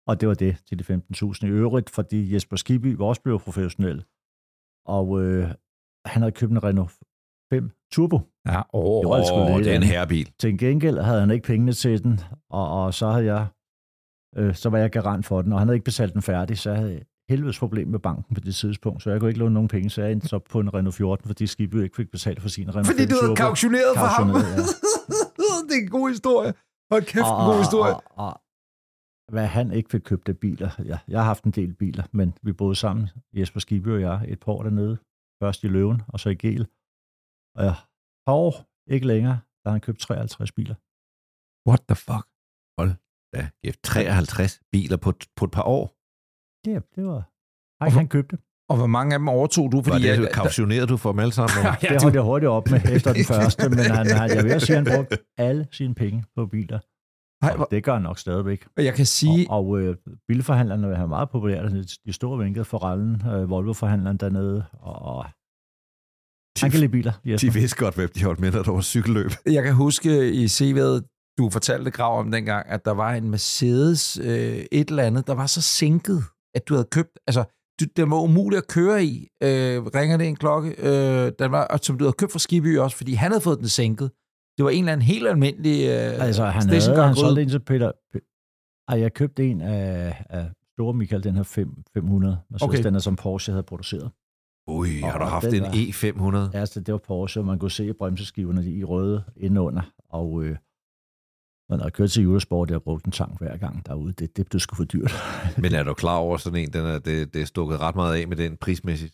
Og det var det til de 15.000 i øvrigt, fordi Jesper Skibby var også blevet professionel. Og han havde købt en Renault 5 Turbo. Ja, det er en herrebil. Til en gengæld havde han ikke pengene til den, og så havde jeg, så var jeg garant for den, og han havde ikke betalt den færdig, så jeg havde helvedes problem med banken på det tidspunkt, så jeg kunne ikke låne nogen penge, så jeg endte så på en Renault 14, fordi Skibby ikke fik betalt for sin Renault 5 Fordi du havde kautioneret for ham. Ja. Det er en god historie. Hold kæft, en god historie. Og hvad han ikke fik købt af biler. Ja, jeg har haft en del biler, men vi boede sammen, Jesper Skibby og jeg, et par år dernede. Først i Løven, og så i Gel. Og jeg ikke længere, der har han købt 53 biler. What the fuck? Hold da, 53 biler på et par år. Ja, det var... Ej, han købte. Og hvor mange af dem overtog du? Fordi kautionerede du for dem alle sammen? Ja, det holdt jeg hurtigt op med efter den første, men jeg vil sige, at han brugte alle sine penge på biler. Og det gør han nok stadigvæk. Og jeg kan sige... Og bilforhandlerne er meget populære. De store vinkede for Rallen, Volvo-forhandleren dernede, og han kan lide biler. Jesper. De vidste godt, hvem de holdt med, når der var cykelløb. Jeg kan huske i CV'et, du fortalte Grav om dengang, at der var en Mercedes et eller andet, der var så sænket, at du havde købt... Altså, den var umulig at køre i. Ringer det en klokke? Den var, som du havde købt fra Skibby også, fordi han havde fået den sænket. Det var en eller anden helt almindelig han solgte en til Peter. Jeg købte en af store Michael, den her 500. Okay. Den er som Porsche havde produceret. Ui, har du haft en E500? Ja, det var Porsche, og man kunne se bremseskiverne i røde indenunder. Og når jeg kørte til Eurosport, jeg brugte en tank hver gang derude. Det blev sgu for dyrt. Men er du klar over sådan en? Det er stukket ret meget af med den prismæssigt.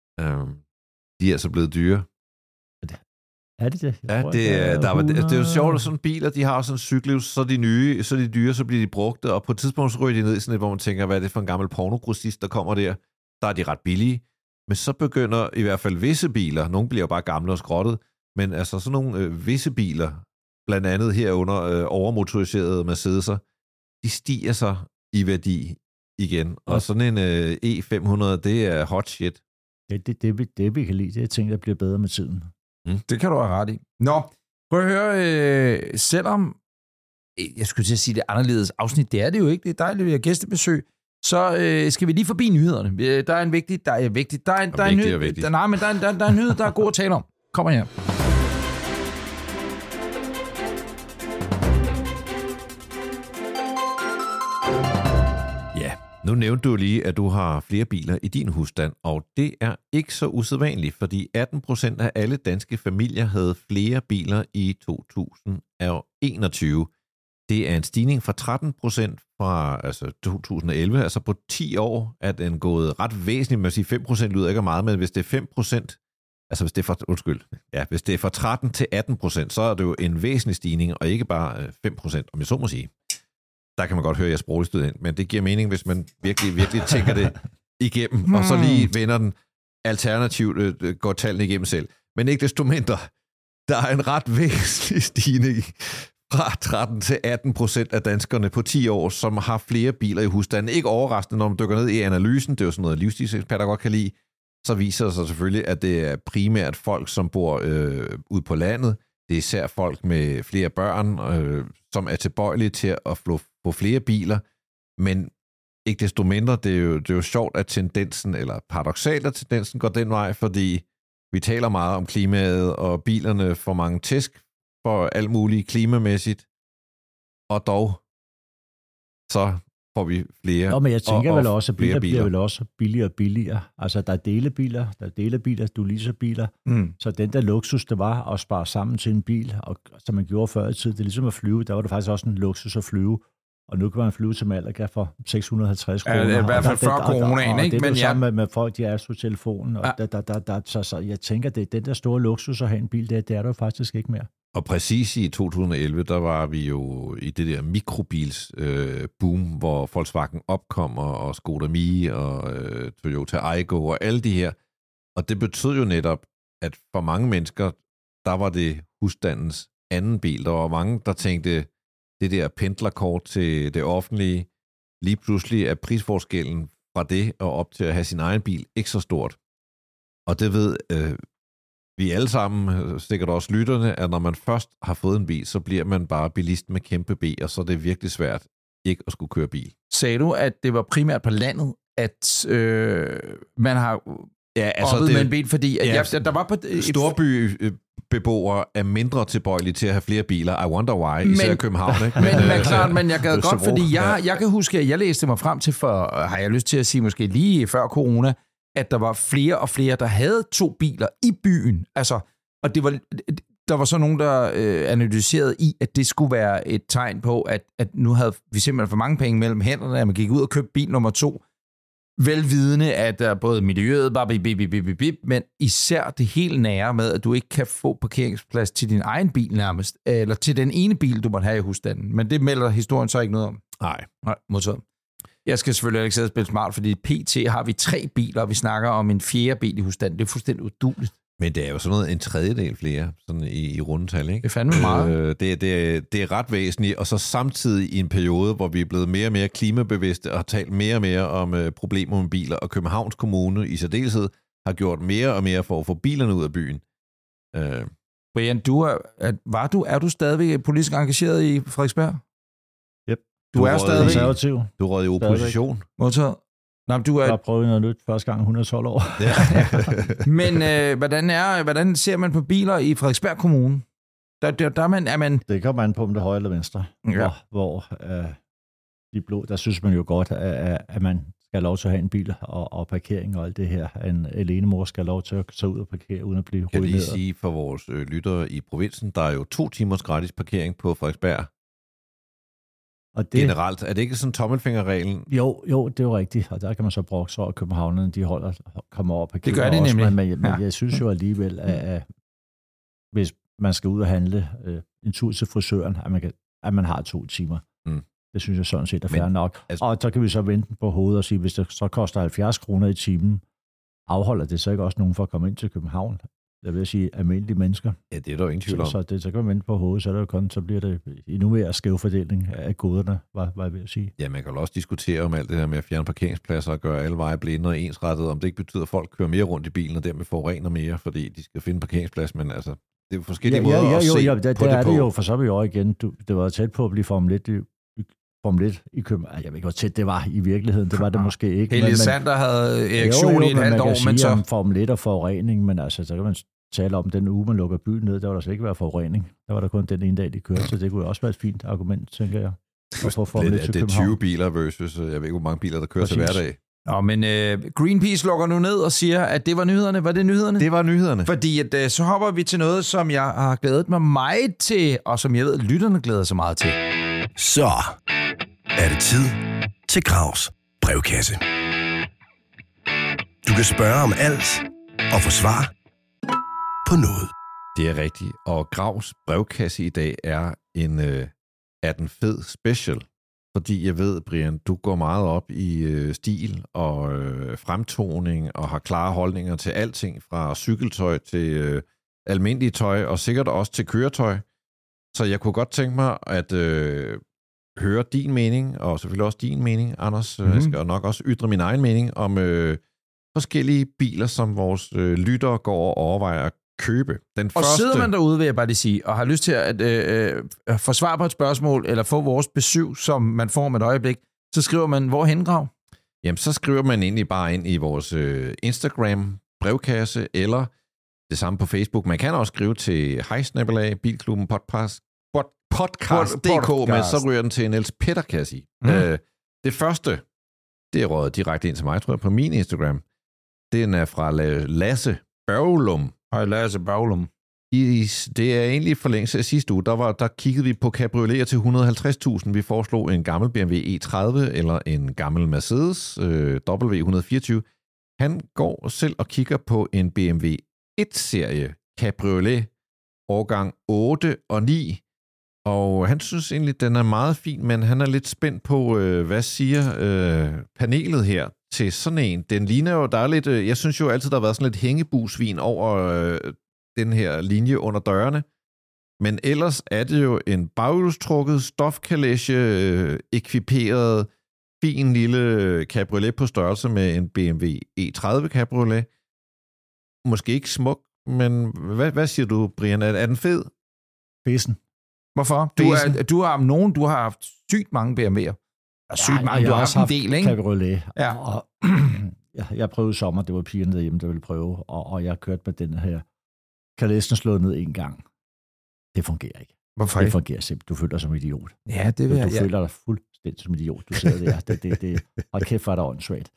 De er så blevet dyre. Er det det? Det er jo sjovt, at sådan biler, de har sådan en cyklus, så er de nye, så er de dyre, så bliver de brugte, og på et tidspunkt så ryger de ned i sådan et, hvor man tænker, hvad er det for en gammel pornogrossist, der kommer der? Der er de ret billige. Men så begynder i hvert fald visse biler, nogle bliver jo bare gamle og skrottet, men altså sådan nogle visse biler, blandt andet herunder overmotoriserede Mercedes'er, de stiger så i værdi igen. Og sådan en E500, det er hot shit. Det vi kan lide, det er ting, der bliver bedre med tiden. Det kan du have ret i. Nå, prøv at høre, selvom, jeg skulle til at sige det anderledes afsnit, det er det jo ikke, det er dejligt, at vi har gæstebesøg, så skal vi lige forbi nyhederne. Der er en vigtig, der er en nyhed, der er en nyhed, der er god at tale om. Kom her. Nu nævnte du lige, at du har flere biler i din husstand, og det er ikke så usædvanligt, fordi 18% af alle danske familier havde flere biler i 2021. Det er en stigning fra 13% fra 2011, altså på 10 år er den gået ret væsentligt. Man siger 5% lyder ikke meget, men hvis det er 5%, altså hvis det er fra 13 til 18%, så er det jo en væsentlig stigning, og ikke bare 5%, om jeg så må sige. Der kan man godt høre, at jeg er sprogligstød ind, men det giver mening, hvis man virkelig tænker det igennem, og så lige vender den alternativt, går tallene igennem selv. Men ikke desto mindre, der er en ret væsentlig stigning fra 13 til 18% af danskerne på 10 år, som har flere biler i husstanden. Ikke overraskende, når man dykker ned i analysen, det er jo sådan noget livsstilseksperter godt kan lide, så viser det sig selvfølgelig, at det er primært folk, som bor ude på landet. Det er især folk med flere børn, som er tilbøjelige til at få flere biler, men ikke desto mindre, det er jo sjovt, at tendensen, eller paradoksalt, at tendensen går den vej, fordi vi taler meget om klimaet, og bilerne får mange tæsk for alt muligt klimamæssigt, og dog så får vi flere. Nå, men jeg tænker vel også, at biler bliver vel også billigere og billigere. Altså, der er delebiler, du leaser biler. Så den der luksus, det var at spare sammen til en bil, og som man gjorde før i tiden, det er ligesom at flyve. Der var det faktisk også en luksus at flyve. Og nu kan man flyve til Malaga for 650 kroner. Ja, i hvert fald før coronaen, ikke? Og det er jo sammen med folk, de er på telefonen. Og så jeg tænker, det er den der store luksus at have en bil, det er der jo faktisk ikke mere. Og præcis i 2011, der var vi jo i det der mikrobils boom, hvor Volkswagen opkom, og Skoda Mii, og Toyota Aygo, og alle de her. Og det betød jo netop, at for mange mennesker, der var det husstandens anden bil. Der var mange, der tænkte, det der pendlerkort til det offentlige, lige pludselig er prisforskellen fra det og op til at have sin egen bil ikke så stort. Og det ved vi alle sammen, sikkert også lytterne, at når man først har fået en bil, så bliver man bare bilist med kæmpe B, og så er det virkelig svært ikke at skulle køre bil. sagde du, at det var primært på landet, at man har oppet med en bil, fordi at der var på storbybeboere er mindre tilbøjelige til at have flere biler. I wonder why, især i København. Ikke? Men klart, men jeg gad godt, fordi jeg kan huske, at jeg læste mig frem til, har jeg lyst til at sige, måske lige før corona, at der var flere og flere, der havde 2 biler i byen. Altså, og der var så nogen, der analyserede i, at det skulle være et tegn på, at nu havde vi simpelthen for mange penge mellem hænderne, at man gik ud og købte bil nummer 2, velvidende, at der både miljøet, men især det helt nære med, at du ikke kan få parkeringsplads til din egen bil nærmest, eller til den ene bil, du måtte have i husstanden. Men det melder historien så ikke noget om. Nej, modtaget. Jeg skal selvfølgelig ikke sidde og spille smart, fordi pt. Har vi 3 biler, og vi snakker om en 4. bil i husstanden. Det er fuldstændig udueligt. Men det er jo sådan noget en tredjedel flere sådan i rundetal, ikke? Det er fandme meget. Det er ret væsentligt, og så samtidig i en periode, hvor vi er blevet mere og mere klimabevidste og har talt mere og mere om problemer med biler, og Københavns Kommune i særdeleshed har gjort mere og mere for at få bilerne ud af byen. Brian, er du stadigvæk politisk engageret i Frederiksberg? Yep. Du er stadigvæk konservativ. Du rød i opposition. Modtaget. Nå, du har prøvet noget nyt første gang 112 år. Ja. Men hvordan ser man på biler i Frederiksberg Kommune? Der er man... Det kommer an på, om det er højre eller venstre. Ja. Hvor de blå, der synes man jo godt, at man skal have lov til at have en bil og parkering og alt det her. En alene mor skal have lov til at tage ud og parkere, uden at blive ruineret. Jeg kan lige sige for vores lyttere i provinsen, der er jo 2 timers gratis parkering på Frederiksberg. Og det, generelt. Er det ikke sådan tommelfingerreglen? Jo, det er jo rigtigt. Og der kan man så brokke sig over, at københavnerne kommer over og parkerer. Det gør det nemlig. Men jeg synes jo alligevel, at hvis man skal ud og handle en tur til frisøren, at man har 2 timer. Mm. Det synes jeg sådan set er fair nok. Altså, og så kan vi så vente på hovedet og sige, hvis det så koster 70 kroner i timen, afholder det så ikke også nogen for at komme ind til København? Jeg vil sige almindelige mennesker. Ja, det er der jo ingen tvivl om. Så kan man vente på hovedet, så bliver det endnu mere skævfordeling af goderne, var jeg ved at sige. Ja, man kan jo også diskutere om alt det her med at fjerne parkeringspladser og gøre alle veje blinde og ensrettet, om det ikke betyder, at folk kører mere rundt i bilen og dermed forurener mere, fordi de skal finde parkeringsplads, men altså, det er jo forskellige måder at se på det på. Ja, det er jo, for så er vi jo igen, det var tæt på at blive Formel 1 i København. Jeg ved ikke, hvor tæt det var i virkeligheden. Det var det måske ikke. Helge Sander havde erektion i et halvt år, men så... om Formel 1 og forurening, men altså, så kan man tale om den uge, man lukker byen ned, der var der så ikke været forurening. Der var der kun den ene dag, de kørte, så det kunne også være et fint argument, tænker jeg. Det er 20 biler versus, jeg ved ikke, hvor mange biler, der kører til hverdag. Nå, men Greenpeace lukker nu ned og siger, at det var nyhederne. Var det nyhederne? Det var nyhederne. Fordi så hopper vi til noget, som jeg har glædet mig meget til, og som jeg ved, lytterne glæder sig meget til. Så er det tid til Gravs brevkasse. Du kan spørge om alt og få svar på noget. Det er rigtigt. Og Gravs brevkasse i dag er den fed special. Fordi jeg ved, Brian, du går meget op i stil og fremtoning og har klare holdninger til alting, fra cykeltøj til almindelig tøj og sikkert også til køretøj. Så jeg kunne godt tænke mig at høre din mening, og selvfølgelig også din mening, Anders. Jeg skal nok også ytre min egen mening om forskellige biler, som vores lyttere går og overvejer at købe. Den første... Og sidder man derude, vil jeg bare lige sige, og har lyst til at få svar på et spørgsmål, eller få vores besøg, som man får med et øjeblik, så skriver man, hvorhen, Grav? Jamen, så skriver man egentlig bare ind i vores Instagram-brevkasse, eller det samme på Facebook. Man kan også skrive til Bilklubben podcast.dk, men så ryger den til en Niels Peter-kasse i. Det første, det er røget direkte ind til mig, tror jeg, på min Instagram. Den er fra Lasse Børglum. Hej, Lasse Børglum. Det er egentlig i forlængelse af sidste uge. Der kiggede vi på cabrioleter til 150.000. Vi foreslog en gammel BMW E30 eller en gammel Mercedes W124. Han går selv og kigger på en BMW 1-serie cabriolet årgang 8 og 9. Og han synes egentlig, den er meget fin, men han er lidt spændt på, hvad siger panelet her til sådan en. Den ligner jo, der er lidt, jeg synes jo altid, der har været sådan lidt hængebusvin over den her linje under dørene. Men ellers er det jo en baghjulstrukket, stofkalesje, ekviperet, fin lille cabriolet på størrelse med en BMW E30 cabriolet. Måske ikke smuk, men hvad siger du, Brian? Er den fed? Fesen. Hvorfor? Du har om nogen, du har haft sygt mange BMW'er. sygt mange, du har haft en del, ikke? Cabriolet. Ja. Og, jeg prøvede sommer, det var pigerne derhjemme, der ville prøve, og jeg kørte med den her. Kan læsen slået ned en gang. Det fungerer ikke. Hvorfor Det ikke? fungerer simpelthen. Du føler dig som idiot. Ja, det vil Du jeg. føler dig fuldstændig som idiot. Du sidder der. Og kæft, hvor er der åndssvagt.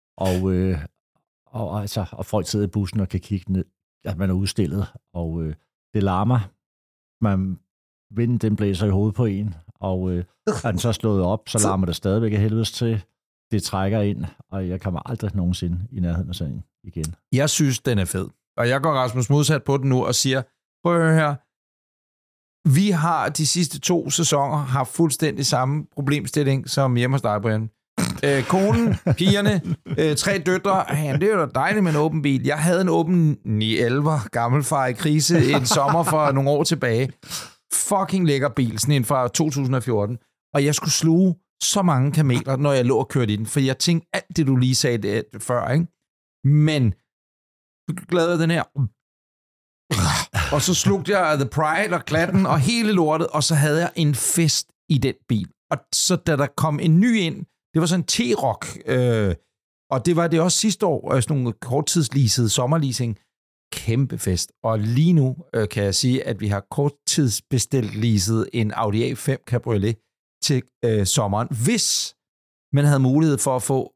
Og folk sidder i bussen og kan kigge ned, at man er udstillet. Og det larmer. Vinden den blæser i hovedet på en. Og er den så slået op, så larmer det stadigvæk af helvedes til. Det trækker ind, og jeg kommer aldrig nogensinde i nærheden af sådan igen. Jeg synes, den er fed. Og jeg går Rasmus modsat på den nu og siger, prøv at høre her, vi har de sidste 2 sæsoner haft fuldstændig samme problemstilling som hjemme hos dig, Brian. Konen, pigerne, 3 døtre. Ja, det er jo dejligt med en åben bil. Jeg havde en åben 911 gammelfar i krise en sommer for nogle år tilbage. Fucking lækker bil, sådan en fra 2014. Og jeg skulle sluge så mange kameler, når jeg lå og kørte i den. For jeg tænkte alt det, du lige sagde før, ikke? Men glad af den her. Og så slugte jeg The Pride og klatten og hele lortet, og så havde jeg en fest i den bil. Og så da der kom en ny ind, det var sådan en T-Roc, og det var det også sidste år, sådan nogle korttidsleasede sommerleasing. Kæmpe fest. Og lige nu kan jeg sige, at vi har korttidsbestilt leaset en Audi A5 Cabriolet til sommeren, hvis man havde mulighed for at få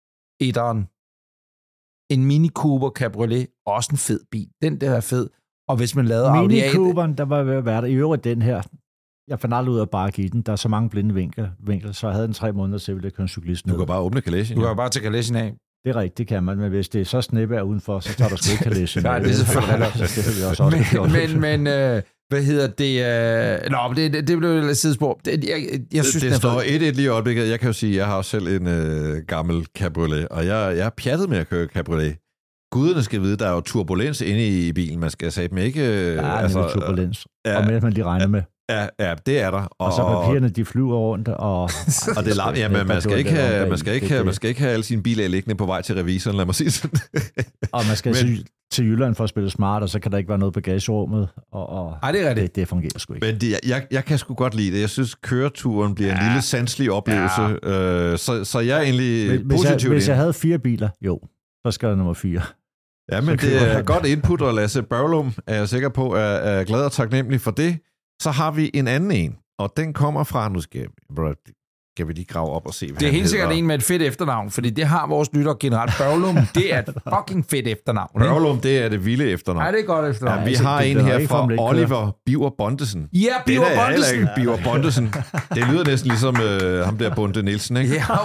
en Mini Cooper Cabriolet, også en fed bil. Den der er fed. Og hvis man lavede Audi A... Mini Cooperen, der var ved at være der. I øvrigt den her, jeg fandt aldrig ud af bare at give den. Der er så mange blinde vinkler, så jeg havde den 3 måneder til, at jeg kunne cyklisten. Du kan bare åbne kalechen. Du kan bare tage kalechen af. Det er rigtigt, det kan man, men hvis det er så snæppe udenfor, så tager der sgu ikke kalechen. Nej, det er selvfølgelig. Men hvad hedder det? Det blev et sidespor. Jeg synes, det står 1-1 lige i øjeblikket. Jeg kan jo sige, at jeg har også selv en gammel cabriolet, og jeg er pjattet med at køre cabriolet. Guderne skal vide, der er jo turbulens inde i bilen. Man skal sige dem ikke... Ja, det er turbulens. Og med, at man lige regner med. Ja, det er der. Og så papirerne, de flyver rundt, og det er larm. Jamen, man skal ikke have alle sine biler liggende på vej til revisoren, lad mig sige sådan. Og man skal til Jylland for at spille smart, og så kan der ikke være noget bagagerummet. Ej, det er rigtigt. Det fungerer sgu ikke. Men jeg kan sgu godt lide det. Jeg synes, køreturen bliver en lille sanselig oplevelse. Ja. Så jeg er egentlig positiv. Hvis jeg havde 4 biler, så skal der nummer 4. Ja, men det er godt input, og Lasse Børlum er jeg sikker på, er glad og taknemmelig for det. Så har vi en anden en, og den kommer fra, nu skal vi lige grave op og se, hvad det er helt sikkert en med et fedt efternavn, fordi det har vores lytter generelt. Børlum, det er et fucking fedt efternavn. Børlum, det er det vilde efternavn. Nej, det er godt efternavn. Ja, vi har en her fra Oliver Biver Bondesen. Ja, Biver Bondesen. Det er Biver Bondesen. Det lyder næsten ligesom ham der Bunde Nielsen, ikke? Ja.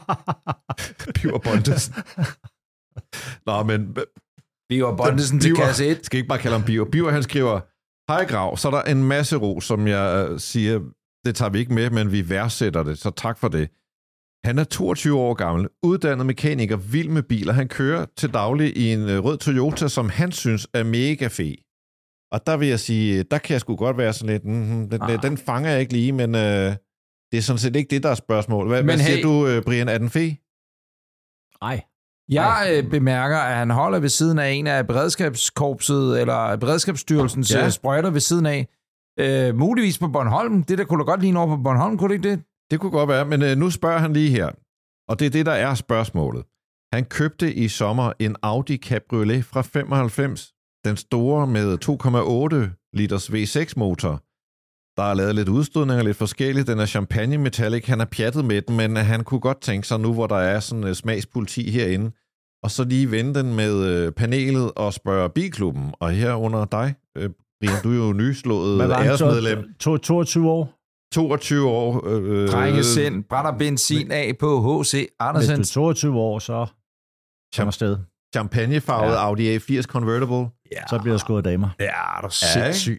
Biver Bondesen. Nå, men... Biver Bondesen til kasse 1. Skal ikke bare kalde ham Biver. Biver, han skriver... Hej Grav, så er der en masse ro, som jeg siger, det tager vi ikke med, men vi værdsætter det, så tak for det. Han er 22 år gammel, uddannet mekaniker, vild med biler. Han kører til daglig i en rød Toyota, som han synes er mega fed. Og der vil jeg sige, der kan jeg sgu godt være sådan lidt, den fanger jeg ikke lige, men det er sådan set ikke det, der er spørgsmål. Hvad siger du, Brian, er den fed? Nej. Jeg bemærker, at han holder ved siden af en af beredskabskorpset, eller beredskabsstyrelsens sprøjter ved siden af. Muligvis på Bornholm. Det der kunne da godt ligne over på Bornholm, kunne det ikke det? Det kunne godt være, men nu spørger han lige her. Og det er det, der er spørgsmålet. Han købte i sommer en Audi Cabriolet fra 95. Den store med 2,8 liters V6-motor. Der er lavet lidt udstødninger, lidt forskelligt. Den er champagne metallic. Han er pjattet med den, men han kunne godt tænke sig nu, hvor der er sådan smagspoliti herinde, og så lige vende den med panelet og spørge bilklubben. Og her under dig, Brian, du er jo nyslået æresmedlem. 22 år. 22 år. Drengesind, brænder benzin af på H.C. Andersen. Hvis du er 22 år, så kommer afsted. Champagnefarvet Audi A80 Convertible. Ja. Så bliver der skåret damer. Ja, der er sindssygt.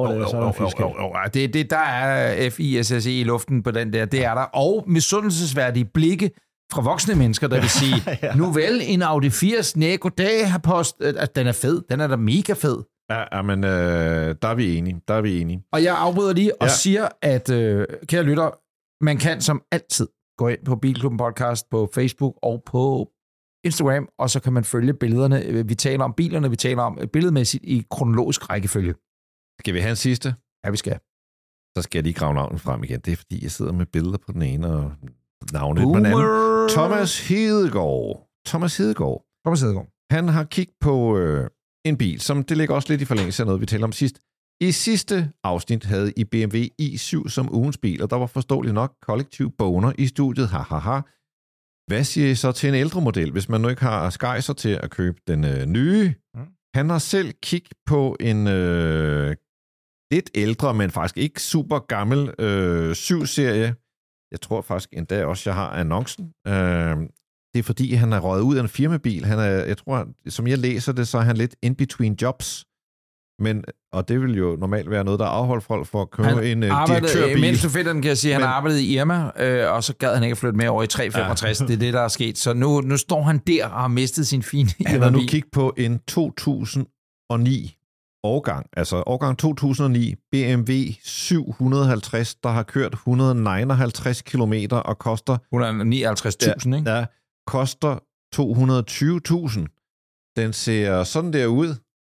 Der er FISSE i luften på den der. Det er der. Og misundelsesværdige blikke fra voksne mennesker, der vil sige, nu vel, en Audi 80 Nego Dag har post, at den er fed. Den er da mega fed. Ja, men der er vi enige. Og jeg afbryder lige og siger, at kære lytter, man kan som altid gå ind på Bilklubben Podcast på Facebook og på Instagram, og så kan man følge billederne. Vi taler om bilerne, vi taler om billedmæssigt i kronologisk rækkefølge. Skal vi have en sidste? Ja, vi skal. Så skal jeg lige grave navnet frem igen. Det er, fordi jeg sidder med billeder på den ene, og navnet på en anden. Thomas Hedegaard. Han har kigget på en bil, som det ligger også lidt i forlængelse af noget, vi talte om sidst. I sidste afsnit havde I BMW i7 som ugens bil, og der var forståeligt nok kollektiv boner i studiet. Hahaha. Hvad siger I så til en ældre model, hvis man nu ikke har skejser til at købe den nye? Han har selv kigget på en lidt ældre, men faktisk ikke super gammel 7-serie. Jeg tror faktisk endda også, jeg har annoncen. Det er fordi, han er røget ud af en firmabil. Jeg tror, som jeg læser det, så er han lidt in between jobs. Og det vil jo normalt være noget, der afholder folk for at købe en direktørbil. Mens du finder den, kan jeg sige, han arbejdede i Irma, og så gad han ikke flytte med over i 365. Ja. Det er det, der er sket. Så nu står han der og har mistet sin fine Irma-bil. Han har nu kigget på en 2009 årgang, altså årgang 2009 BMW 750, der har kørt 159 kilometer og koster 159.000, ikke? Ja, koster 220.000. Den ser sådan der ud.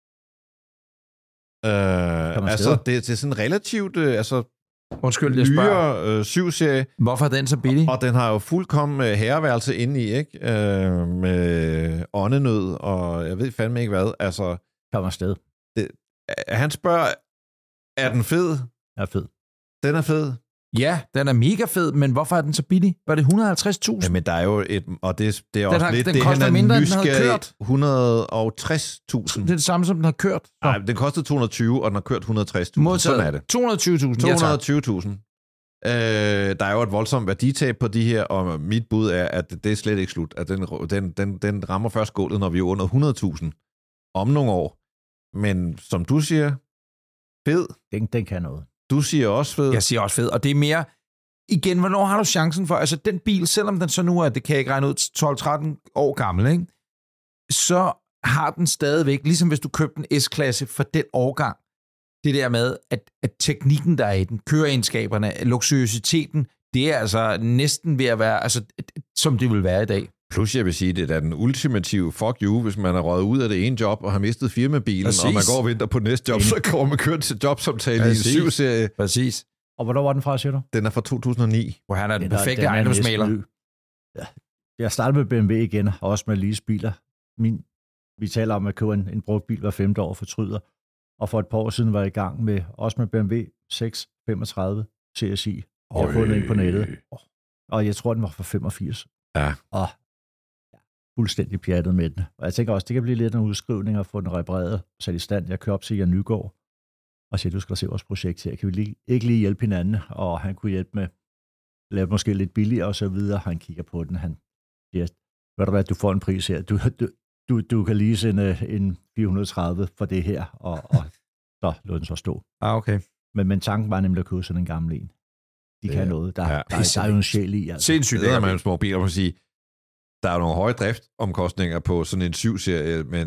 Altså, det er sådan relativt undskyld, jeg spørger. nyere 7-serie. Hvorfor er den så billig? Og den har jo fuldkommen herreværelse inde i, ikke? Med åndenød, og jeg ved fandme ikke hvad. Altså, kom afsted. Han spørger, er den fed? Er fed. Den er fed. Ja, den er mega fed, men hvorfor er den så billig? Var det 150.000? Jamen, der er jo et... Og det er også lidt... Den koster mindre, end den havde kørt. 160.000. Det er det samme, som den har kørt. Nej, den kostede 220, og den har kørt 160.000. Modtaget. Sådan er det. 220.000. 220.000. Der er jo et voldsomt værditab på de her, og mit bud er, at det er slet ikke slut. At den rammer først gulvet, når vi er under 100.000 om nogle år. Men som du siger, fed. Den kan noget. Du siger også fed. Jeg siger også fed, og det er mere... Igen, hvornår har du chancen for... Altså, den bil, selvom den så nu er, det kan jeg ikke regne ud, 12-13 år gammel, ikke? Så har den stadigvæk, ligesom hvis du købte en S-klasse for den årgang, det der med, at teknikken, der er i den, køreegenskaberne, luksuriøsiteten, det er altså næsten ved at være, altså, som det vil være i dag. Plus, jeg vil sige, det er den ultimative fuck you, hvis man er røget ud af det ene job og har mistet firmabilen, præcis. Og man går og venter på næste job, så kommer man kørt til jobsamtale i en 7-serie. Præcis. Og hvornår var den fra, siger du? Den er fra 2009. Hvor han er den perfekte ejendomsmægler. Ja. Jeg startede med BMW igen, og også med leasebiler. Vi taler om at købe en brugt bil hver 5. år fortryder. Og for et par år siden var jeg i gang med, også med BMW 635 CSI. Jeg har fundet den på nettet. Og jeg tror, den var fra 85. Ja. Og fuldstændig pjattet med den. Og jeg tænker også, det kan blive lidt en udskrivning at få den repareret, sat i stand. Jeg kører op til Jan Nygaard og siger, du skal se vores projekt her. Kan vi ikke lige hjælpe hinanden? Og han kunne hjælpe med, lave måske lidt billigere og så videre. Han kigger på den. Han siger, ved du hvad, du får en pris her. Du kan lige sende en 430 for det her. Og så lå den så stå. Okay. Men tanken var nemlig at købe sådan en gammel en. De kan noget. Der er jo en sjæl i. Altså. Sindssygt. Det er man små biler, man sige. Der er jo nogle høje driftomkostninger på sådan en 7-serie, men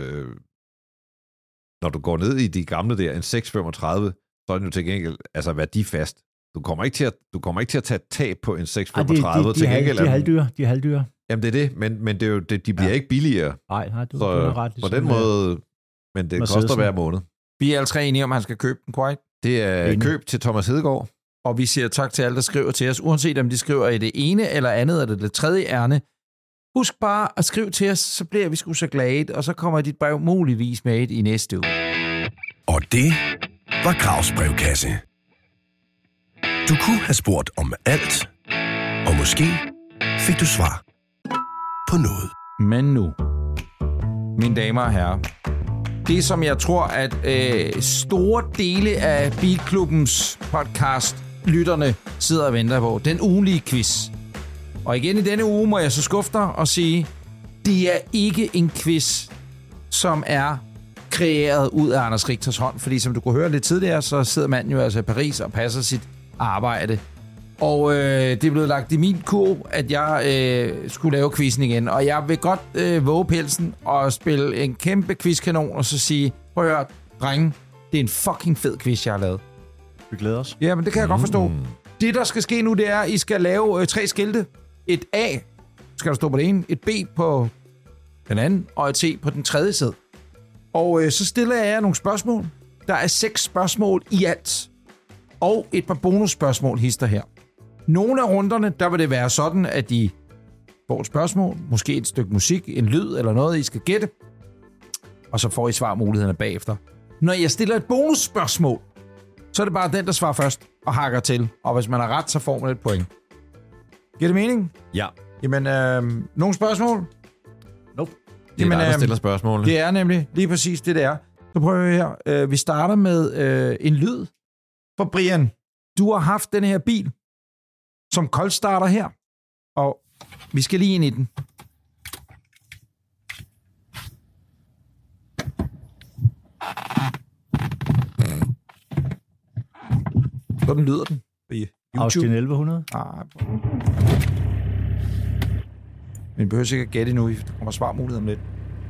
når du går ned i de gamle der, en 635, så er den jo til gengæld altså værdifast. Du kommer ikke til at tage tab på en 635. De er halvdyre. Jamen det er det, men det er jo, de bliver ikke billigere. Nej, du er ret. På den måde, men det koster hver måned. Vi er alle tre enige om, han skal købe den, korrekt? Det er køb til Thomas Hedegaard. Og vi siger tak til alle, der skriver til os, uanset om de skriver i det ene eller andet, eller det tredje ærne. Husk bare at skrive til os, så bliver vi sgu så glade, og så kommer dit brev muligvis med i næste uge. Og det var Gravs brevkasse. Du kunne have spurgt om alt, og måske fik du svar på noget. Men nu, mine damer og herrer, det som jeg tror, at store dele af Bilklubbens podcast lytterne sidder og venter på, den ugenlige quiz. Og igen i denne uge må jeg så skuffe dig og sige, det er ikke en quiz, som er kreeret ud af Anders Richters hånd. Fordi som du kunne høre lidt tidligere, så sidder manden jo altså i Paris og passer sit arbejde. Og det er blevet lagt i min kurv, at jeg skulle lave quizzen igen. Og jeg vil godt våge pelsen og spille en kæmpe quizkanon og så sige, prøv at høre, drenge, det er en fucking fed quiz, jeg har lavet. Vi glæder os. Ja, men det kan jeg godt forstå. Det, der skal ske nu, det er, at I skal lave 3 skilte. Et A skal der stå på det ene, et B på den anden, og et C på den tredje side. Og så stiller jeg jer nogle spørgsmål. Der er 6 spørgsmål i alt. Og et par bonusspørgsmål hister her. Nogle af runderne, der vil det være sådan, at de får et spørgsmål, måske et stykke musik, en lyd eller noget, I skal gætte, og så får I svarmulighederne bagefter. Når jeg stiller et bonusspørgsmål, så er det bare den, der svarer først og hakker til. Og hvis man har ret, så får man et point. Giver det mening? Ja. Jamen, nogle spørgsmål? Nope. Det er dig, der stiller spørgsmål. Det er nemlig lige præcis det, der. Så prøver vi her. Vi starter med en lyd for Brian. Du har haft den her bil, som kold starter her. Og vi skal lige ind i den. Sådan lyder den på YouTube. Austin 1100. Men vi behøver sikkert gætte endnu. Der kommer svarmulighed om lidt.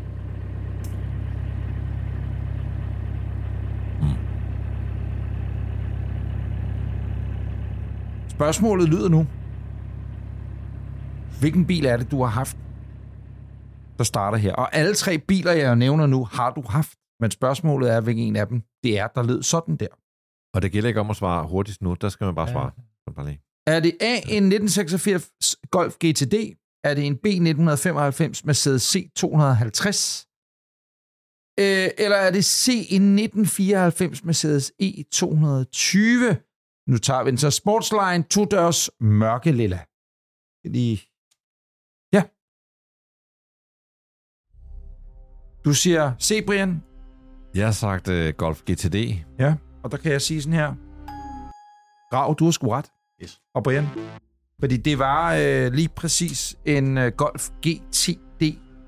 Spørgsmålet lyder nu. Hvilken bil er det, du har haft, der starter her? Og alle 3 biler, jeg nævner nu, har du haft. Men spørgsmålet er, hvilken en af dem det er, der lød sådan der. Og det gælder ikke om at svare hurtigst nu. Der skal man bare svare. Er det A, en 1986 Golf GTD? Er det en B 1995 Mercedes C250? Eller er det C, en 1994 Mercedes E220? Nu tager vi den så Sportsline 2-dørs mørke lilla. Ja. Du siger C, Brian? Jeg har sagt Golf GTD. Ja, og der kan jeg sige sådan her. Grav, du har sgu ret. Yes. Og Brian? Fordi det var lige præcis en Golf GTD.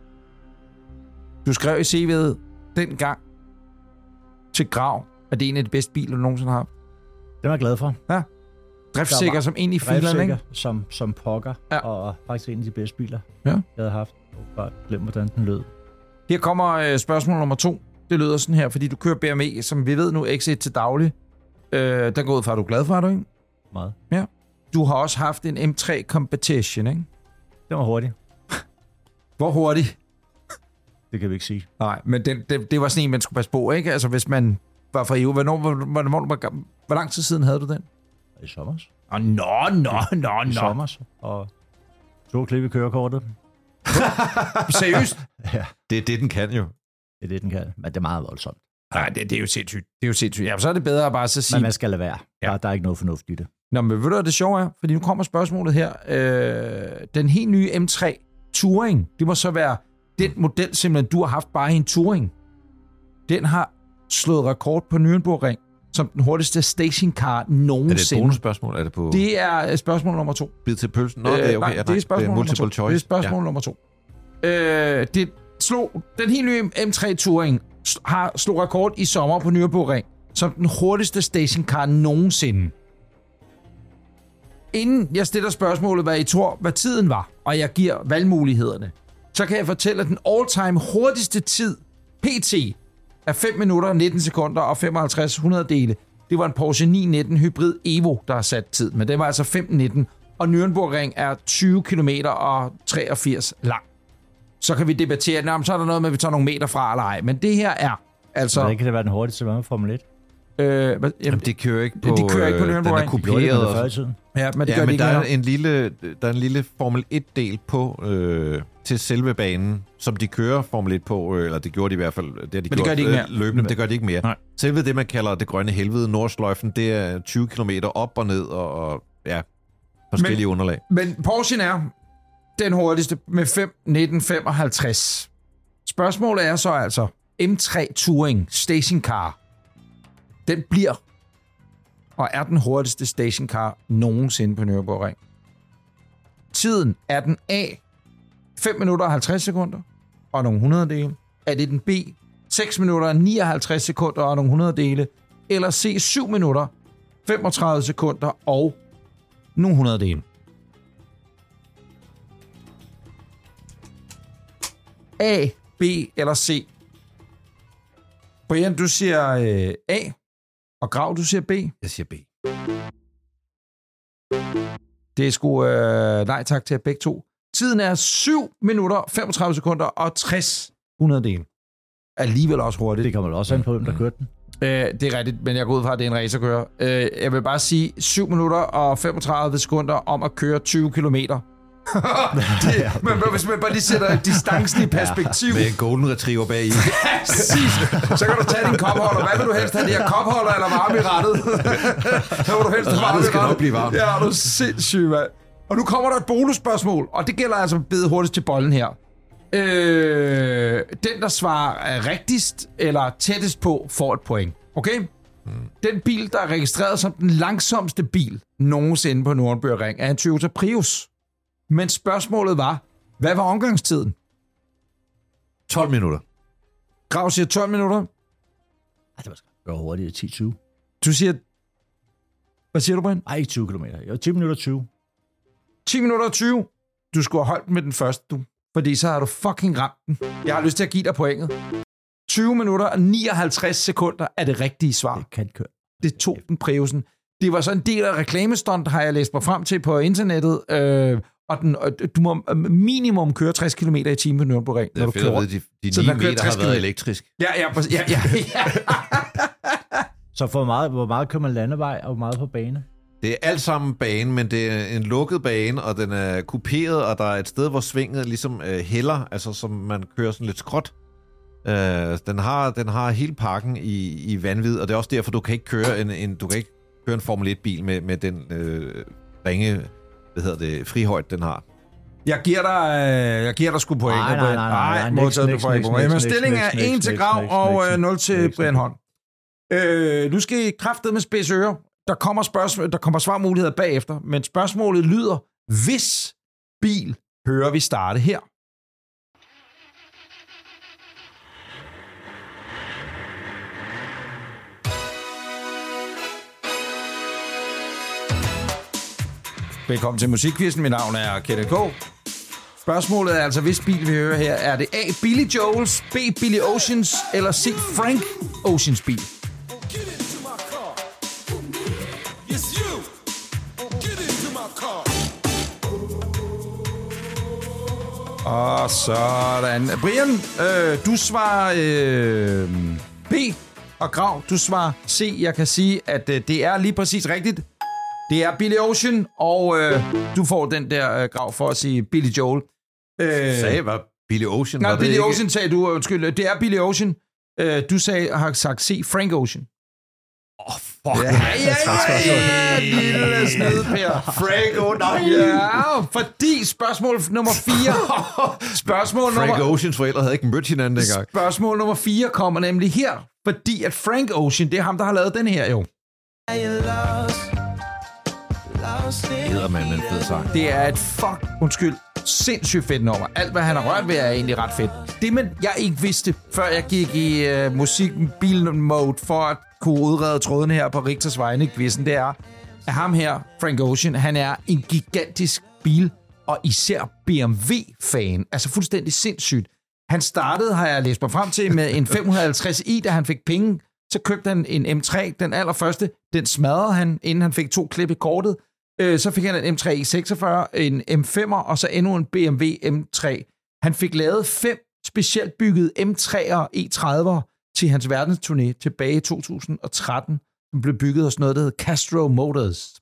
Du skrev i CV'et dengang til Grav, at det er en af de bedste biler, du nogensinde har. Det var jeg glad for. Ja. Driftsikker som ind i filerne, ikke? Som pokker, ja. Og faktisk en af de bedste biler, ja. Jeg havde haft. Bare glem, hvordan den lød. Her kommer spørgsmål nummer 2. Det lyder sådan her, fordi du kører BMW, som vi ved nu, X1 til daglig. Der går ud fra, at du er glad for, er du ikke? Meget. Ja. Du har også haft en M3 Competition, ikke? Den var hurtig. Hvor hurtig? Det kan vi ikke sige. Nej, men det var sådan en, man skulle passe på, ikke? Altså, hvis man var fra EU. Hvor lang tid siden havde du den? I sommers. Nå. I sommers. Og 2 klip i kørekortet. Seriøst? Ja. Det er det, den kan jo. Det er det, den kan. Men det er meget voldsomt. Nej, det er jo sindssygt. Ja, så er det bedre at bare så sige... Men man skal lade være. Ja. Der er ikke noget fornuft i det. Nå, men ved du, hvad det sjove er? Fordi nu kommer spørgsmålet her. Den helt nye M3 Touring, det må så være den model, simpelthen, du har haft bare i en Touring. Den har slået rekord på Nürburgring som den hurtigste stationcar nogensinde. Er det et bonusspørgsmål? Er det på... Det er spørgsmål nummer 2. Bid til pølsen? Nå, det er okay. Nej, det er spørgsmål nummer 2. Choice. Det er spørgsmål nummer 2. Det slog den helt nye M3 Touring har slået rekord i sommer på Nürburgring som den hurtigste stationcar nogensinde. Inden jeg stiller spørgsmålet, hvad I tror, hvad tiden var, og jeg giver valgmulighederne, så kan jeg fortælle, at den all-time hurtigste tid, PT, er 5 minutter, 19 sekunder og 55 hundreddele. Det var en Porsche 919 Hybrid Evo, der har sat tid, men den var altså 5:19, og Nürburgring er 20 km og 83 lang. Så kan vi debattere, så er der noget med, at vi tager nogle meter fra eller ej, men det her er altså... Hvordan kan det være den hurtigste med Formel 1? Jamen, de kører ikke på... De kører ikke på Nürburgring. Den er kopieret. Før i tiden. Ja, men det gør de ikke der mere. er en lille Formel 1-del på til selve banen, som de kører Formel 1 på, eller det gjorde de i hvert fald. Det har de gjort, gør de ikke mere. Løbende, men det gør de ikke mere. Nej. Selve det, man kalder det grønne helvede, Nordsløjfen, det er 20 km op og ned, og ja, forskellige underlag. Men Porsche er den hurtigste med 5:19:55. Spørgsmålet er så altså, M3 Touring stationcar, den bliver og er den hurtigste stationcar nogensinde på Nürburgring. Tiden er den A, 5 minutter og 50 sekunder og nogle hundreddele. Er det den B, 6 minutter og 59 sekunder og nogle hundreddele? Eller C, 7 minutter, 35 sekunder og nogle hundreddele? A, B eller C? Brian, du siger A, og Grav, du siger B. Jeg siger B. Det er sgu nej tak til begge to. Tiden er 7 minutter, 35 sekunder og 60 hundreddele. Alligevel også hurtigt. Det kommer vel også an på, hvem der kørte den. Det er rigtigt, men jeg går ud fra, at det er en racerkører. Jeg vil bare sige 7 minutter og 35 sekunder om at køre 20 kilometer. Men hvis man bare lige sætter distancen i perspektiv... Med en golden retriever bag i. Præcis. Så kan du tage din kopholder. Hvad vil du helst have? Det her kopholder eller varme i rettet? Så vil du helst have varme i skal nok blive varmt. Ja, du er sindssyg, mand. Og nu kommer der et bonusspørgsmål, og det gælder altså at bide hurtigt til bollen her. Den, der svarer rigtigst eller tættest på, får et point. Okay? Den bil, der er registreret som den langsomste bil nogensinde på Nürburgring, er en Toyota Prius. Men spørgsmålet var, hvad var omgangstiden? 12 minutter. Grav siger 12 minutter. Det var gå hurtigt 10-20. Du siger... Hvad siger du, Brian? Ej, ikke 20 kilometer. Jo, 10 minutter 20. 10 minutter og 20. Du skulle have holdt den med den første, du. Fordi så har du fucking ramt den. Jeg har lyst til at give dig pointet. 20 minutter og 59 sekunder er det rigtige svar. Det kan køre. Det tog den Priusen. Det var så en del af reklamestunt, har jeg læst mig frem til på internettet. Du må minimum køre 60 km i timen på Nürburgring. Det er fedt at vide, de 9 meter har været elektrisk. Ja. Så hvor meget kører man landevej, og hvor meget på bane? Det er alt sammen bane, men det er en lukket bane, og den er kuperet, og der er et sted, hvor svinget ligesom hælder, altså som man kører sådan lidt skråt. Den har hele pakken i vanvid, og det er også derfor, du kan ikke køre en Formel 1-bil med den ringe, frihøjde, den har. Jeg giver dig sgu point. Nej. Men stillingen er 1 til Grav og 0 til Brian Holm. Nu skal I kraftedeme spidse ører. Der kommer svarmuligheder bagefter, men spørgsmålet lyder, hvis bil hører vi starte her? Velkommen til Musikquizzen. Mit navn er Kenneth K. Spørgsmålet er altså, hvis bil vi hører her, er det A. Billy Joels, B. Billy Oceans eller C. Frank Oceans bil? Og sådan. Brian, du svarer B, og Grav, du svarer C. Jeg kan sige, at det er lige præcis rigtigt. Det er Billy Ocean, og du får den der, Grav, for at sige Billy Joel. Sagde var Billy Ocean? Nej, Billy Ocean sagde du, undskyld. Det er Billy Ocean. Du har sagt C, Frank Ocean. Fuck. Ja, lille snede, Per. Frank Ocean. Ja, fordi spørgsmål nummer 4. Frank Oceans forældre havde ikke mødt hinanden dengang. Spørgsmål nummer 4 kommer nemlig her, fordi at Frank Ocean, det er ham, der har lavet den her jo. En fed sang. Det er et sindssygt fedt nummer. Alt, hvad han har rørt ved, er egentlig ret fedt. Det, men jeg ikke vidste, før jeg gik i musikbil-mode for at kunne udrede tråden her på Richters vegne i quizzen, det er, at ham her, Frank Ocean, han er en gigantisk bil- og især BMW-fan. Altså fuldstændig sindssygt. Han startede, har jeg læst mig frem til, med en 550i, da han fik penge. Så købte han en M3, den allerførste. Den smadrede han, inden han fik 2 klip i kortet. Så fik han en M3 E46, en M5'er, og så endnu en BMW M3. Han fik lavet 5 specielt byggede M3'er E30'er til hans verdensturné tilbage i 2013, som blev bygget hos noget, der hed Castro Motors.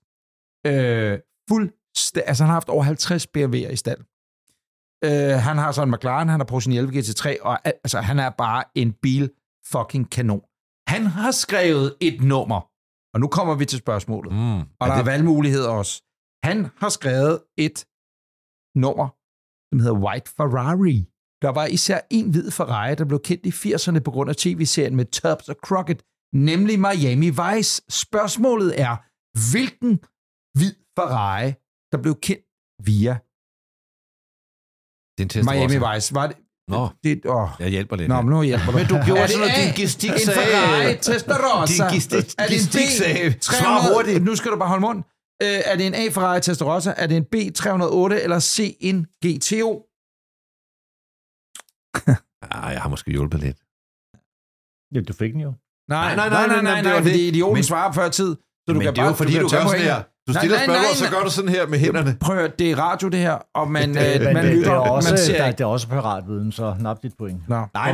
Altså han har haft over 50 BMW'er i stald. Han har så en McLaren, han har Porsche 911 GT3, og altså, han er bare en bil fucking kanon. Han har skrevet et nummer, og nu kommer vi til spørgsmålet. Og der er valgmuligheder også. Han har skrevet et nummer, som hedder White Ferrari. Der var især en hvid Ferrari, der blev kendt i 80'erne på grund af tv-serien med Tubbs og Crockett, nemlig Miami Vice. Spørgsmålet er, hvilken hvid Ferrari, der blev kendt via Miami Vice? Var det? Nå, jeg hjælper lidt. Nå, men nu hjælper du. Men du gjorde sådan noget, din gistik-sag. En Ferrari Testarossa. Din gistik-sag. Svar hurtigt. Nu skal du bare holde mund. Er det en A Ferrari Testarossa? Er det en B 308? Eller C en GTO? Jeg har måske hjulpet lidt. Ja, du fik den jo. Nej, fordi idioten svarer før tid. Så Men det er jo fordi, du gør sådan her. Du stiller spørgsmål, så gør du sådan her med hænderne. Prøv at det er radio, det her, og man Men lytter, det er også, man ser det er også piratviden, så nap dit point. Nå, Nej.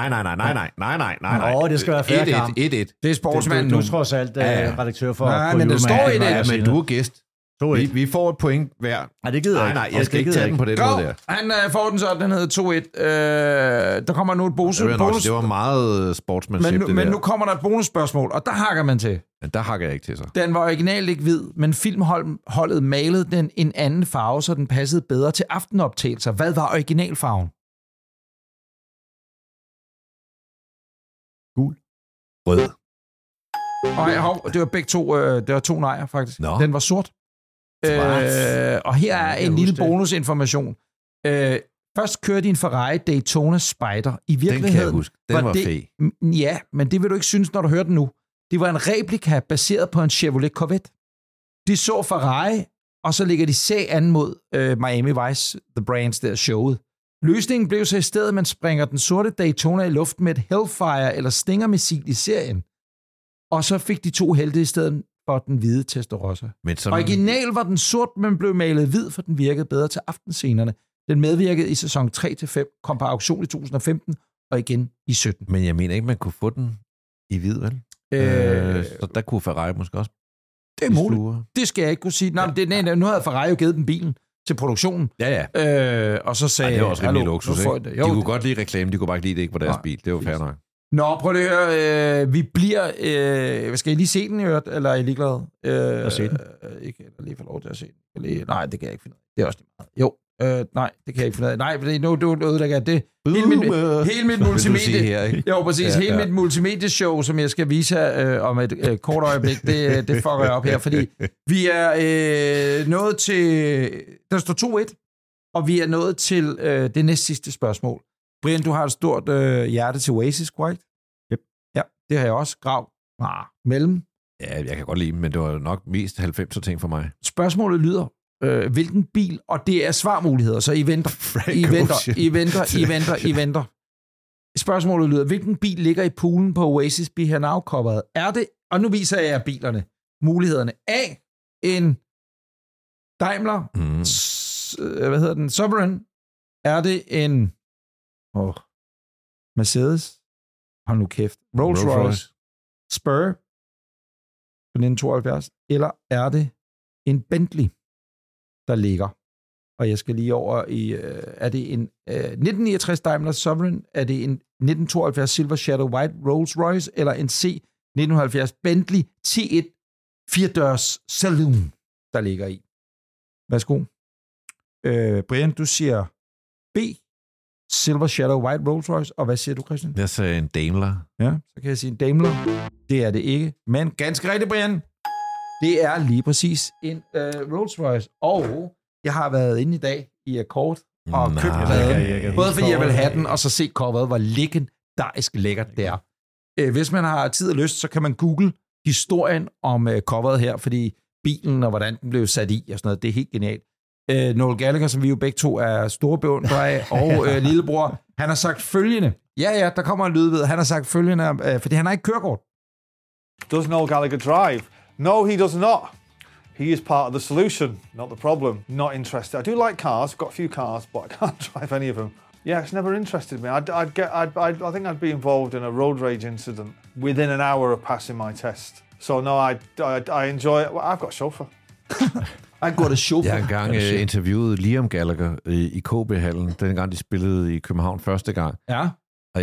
Det skal være fair kamp. 1-1. Det er sportsmanden Du nu. er trods alt redaktør for... Nej, på men der står i det. Ja, men du er gæst. 2-1. Vi får et point hver. Nej, det gider jeg ikke. Nej, jeg skal ikke tage den på den måde der. Han får den så, den hedder 2-1. Der kommer nu et bonus. Det var meget sportsmanship, men nu kommer der et bonusspørgsmål, og der hakker man til. Men der hakker jeg ikke til sig. Den var originalt ikke hvid, men filmholdet malede den en anden farve, så den passede bedre til aftenoptagelser. Hvad var originalfarven? Gul. Rød. Det var begge to, det var 2 nejer faktisk. Nå. Den var sort. Og her er en lille bonusinformation. Først kørte en Ferrari Daytona Spider. I virkeligheden Den kan jeg huske. Den var fed. Ja, men det vil du ikke synes, når du hører den nu. Det var en replika baseret på en Chevrolet Corvette. De så Ferrari, og så ligger de sag an mod Miami Vice, The Brands, der showet. Løsningen blev så i stedet, at man springer den sorte Daytona i luften med et Hellfire eller Stinger-missil i serien. Og så fik de 2 helte i stedet for den hvide Testarossa. Original var den sort, men blev malet hvid, for den virkede bedre til aftenscenerne. Den medvirkede i sæson 3-5, kom på auktion i 2015 og igen i 17. Men jeg mener ikke, man kunne få den i hvid, vel? Så der kunne Ferrari måske også. Det er muligt. Det skal jeg ikke kunne sige. Nej, men nu havde Ferrari jo givet dem bilen til produktionen. Ja. Og så sagde det var også rimelig luksus, ikke? De kunne godt lide reklame, de kunne bare ikke lide det ikke på deres bil. Det var fair nok. Nå, prøv lige at høre. Vi bliver... skal I lige se den, eller er I ligeglade? Jeg se den. Ikke lige få lov til at se den. Nej, det kan jeg ikke finde ud af. Det er også lige meget. Jo. Nej, det kan jeg ikke finde ud af. Nej, for nu ødelægger jeg det. Hele mit multimedie... Her, ikke? Jo, præcis. Ja, hele mit multimedieshow, som jeg skal vise her om et kort øjeblik, det fucker jeg op her, fordi vi er nået til... Der står 2-1, og vi er nået til det næstsidste spørgsmål. Brian, du har et stort hjerte til Oasis, korrekt? Yep. Ja, det har jeg også. Grav. Mellem. Ja, jeg kan godt lide dem, men det var nok mest 90'er ting for mig. Spørgsmålet lyder, hvilken bil, og det er svarmuligheder, så I venter. I venter. Spørgsmålet lyder, hvilken bil ligger i poolen på Oasis Be Here Now-coveret? Er det, og nu viser jeg jer bilerne, mulighederne. A, en Daimler, Sovereign. Er det en Mercedes? Hold nu kæft. Rolls Royce. Spur på 1972. Eller er det en Bentley, der ligger? Og jeg skal lige over i... er det en 1969 Daimler Sovereign? Er det en 1972 Silver Shadow White Rolls Royce? Eller en C 1970 Bentley T1 4-dørs Saloon, der ligger i? Værsgo. Brian, du siger B, Silver Shadow White Rolls Royce. Og hvad siger du, Christian? Jeg sagde en Daimler. Ja, så kan jeg sige en Daimler. Det er det ikke. Men ganske rigtigt, Brian. Det er lige præcis en Rolls Royce. Og jeg har været inde i dag i Accord og købt den. Både fordi jeg vil have den, og så se coveret, hvor legendarisk lækkert det er. Hvis man har tid og lyst, så kan man google historien om coveret her, fordi bilen og hvordan den blev sat i og sådan noget, det er helt genialt. Noel Gallagher, som vi jo begge to er store beundrere af, og lillebror, han har sagt følgende. Ja, der kommer en lyd ved. Han har sagt følgende, fordi han har ikke kørekort. Does Noel Gallagher drive? No, he does not. He is part of the solution, not the problem. Not interested. I do like cars. I've got a few cars, but I can't drive any of them. Yeah, it's never interested me. I think I'd be involved in a road rage incident within an hour of passing my test. So no, I enjoy it. Well, I've got a chauffeur. I've got a chauffeur. Jeg har engang interviewet Liam Gallagher i KB-hallen, dengang de spillede i København første gang. Ja. Og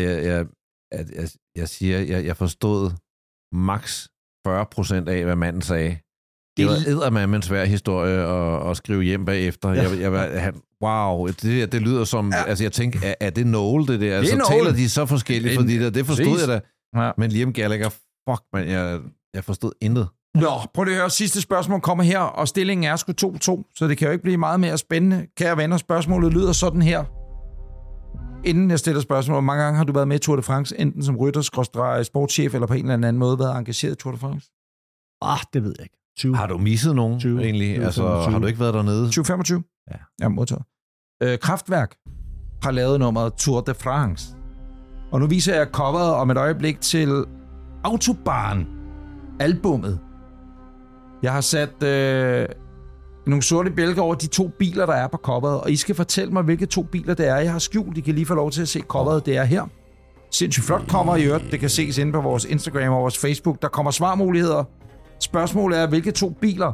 jeg siger, jeg forstod max 40% af, hvad manden sagde. Det var eddermame en svær historie at skrive hjem bagefter. Ja. Wow, det lyder som... Ja. Altså, jeg tænkte, er det Noel, det der? Altså, taler de så forskelligt? Fordi det forstod jeg da. Ja. Men Liam Gallagher, fuck, man, jeg forstod intet. Nå, prøv lige at høre. Sidste spørgsmål kommer her, og stillingen er sgu 2-2, så det kan jo ikke blive meget mere spændende. Kære venner, spørgsmålet lyder sådan her. Inden jeg stiller spørgsmål, hvor mange gange har du været med i Tour de France, enten som rytter, sportschef, eller på en eller anden måde været engageret i Tour de France? Det ved jeg ikke. 20. Har du misset nogen 20. egentlig? 20. Altså, har du ikke været dernede? 2025? Ja. Jeg har modtaget. Kraftværk har lavet nummeret Tour de France. Og nu viser jeg coveret om et øjeblik til Autobahn-albummet. Jeg har sat nogle sorte bjælker over de 2 biler, der er på coveret, og I skal fortælle mig, hvilke 2 biler det er. Jeg har skjult. I kan lige få lov til at se coveret. Det er her. Sindssygt flot cover i øvrigt. Det kan ses inde på vores Instagram og vores Facebook. Der kommer svarmuligheder. Spørgsmålet er, hvilke 2 biler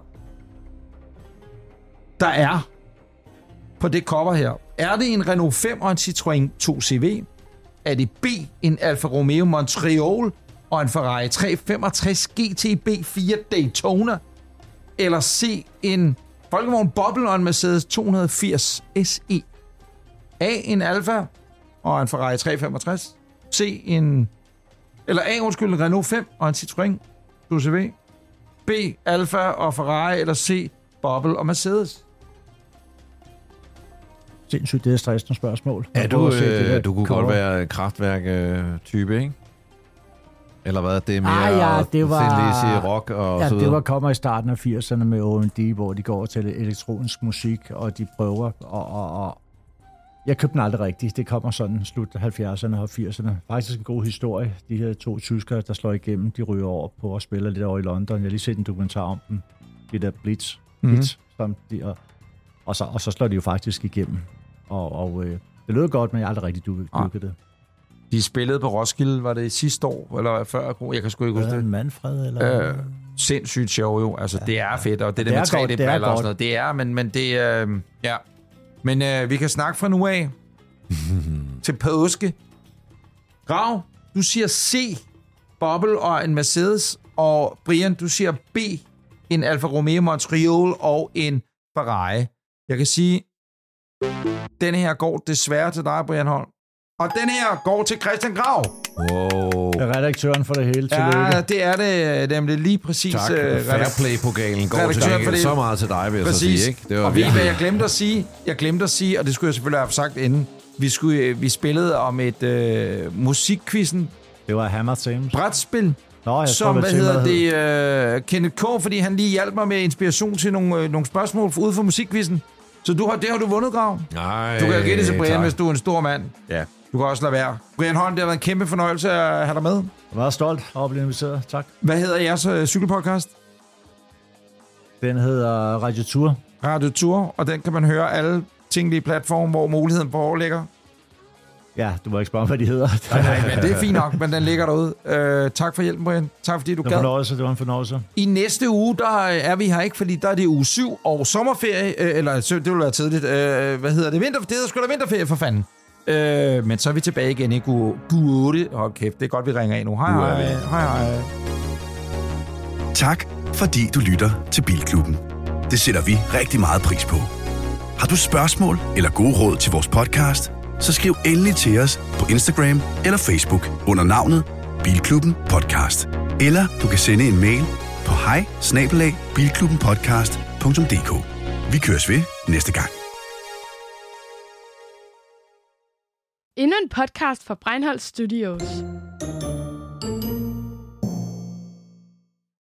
der er på det cover her. Er det en Renault 5 og en Citroën 2CV? Er det B, en Alfa Romeo Montreal og en Ferrari 365 GT B4 Daytona? Eller C, en Folkevogn Bobble og en Mercedes 280 SE? A, en Alfa og en Ferrari 365. C, en Renault 5 og en Citroën 2CV. B, Alfa og Ferrari, eller C, Bobble og Mercedes? Sindssygt, det er stressende spørgsmål. Ja, du kunne godt være kraftværk-type, ikke? Eller hvad? Det er mere det var rock og ja, så videre. det var kommer i starten af 80'erne med O&D, hvor de går til elektronisk musik, og de prøver, og jeg købte den aldrig rigtigt. Det kommer sådan slut 70'erne og 80'erne. Faktisk en god historie. De her 2 tyskere, der slår igennem, de ryger over på at spille lidt over i London. Jeg har lige set en dokumentar om dem. Det der Blitz. Og så slår de jo faktisk igennem. Og det lød godt, men jeg har aldrig rigtig dukket det. De spillede på Roskilde, var det sidste år, eller før? Jeg kan sgu ikke huske det. Manfred, eller? Sindssygt show jo. Altså, det er fedt, og det der med 3D-briller og sådan noget. Det er, men det ja. Men vi kan snakke fra nu af til påske. Grav, du siger C, Bobble og en Mercedes, og Brian, du siger B, en Alfa Romeo Montreal og en Ferrari. Jeg kan sige, den her går desværre til dig, Brian Holm. Og den her går til Christian Grav. Wow. Det er redaktøren for det hele. Tillykke. Ja, det er det nemlig lige præcis. Tak. Fairplay-pokalen går til så meget til dig, vil jeg så sige. Ikke? Det var og ved I, hvad jeg glemte at sige? Jeg glemte at sige, og det skulle jeg selvfølgelig have sagt inden. Vi spillede om et musikquizzen. Det var Hammer Thames. Brætspil. Nå, som, Kenneth K., fordi han lige hjalp mig med inspiration til nogle spørgsmål ude for musikquizzen. Så det har du vundet, Grav. Nej, du kan give det til Brian, hvis du er en stor mand. Ja. Du kan også lade være. Brian Holm, det har været en kæmpe fornøjelse at have dig med. Jeg er meget stolt over at blive inviteret. Tak. Hvad hedder jeres cykelpodcast? Den hedder Radio Tour. Radio Tour, og den kan man høre alle tænkelige platforme, hvor muligheden for ligger. Ja, du må ikke spørge, hvad de hedder. Nej, men det er fint nok, men den ligger derude. Tak for hjælpen, Brian. Tak fordi du gad. Det var en fornøjelse. I næste uge, der er vi her ikke, fordi der er det uge 7 og sommerferie, eller det vil være tidligt. Hvad hedder det? Det hedder sgu da vinterferie, for fanden. Men så er vi tilbage igen i uge 8. Hold kæft, det er godt, vi ringer af nu. Hej. Tak, fordi du lytter til Bilklubben. Det sætter vi rigtig meget pris på. Har du spørgsmål eller gode råd til vores podcast, så skriv endelig til os på Instagram eller Facebook under navnet Bilklubben Podcast. Eller du kan sende en mail på hej@bilklubbenpodcast.dk. Vi køres ved næste gang. Endnu en podcast fra Breinholt Studios.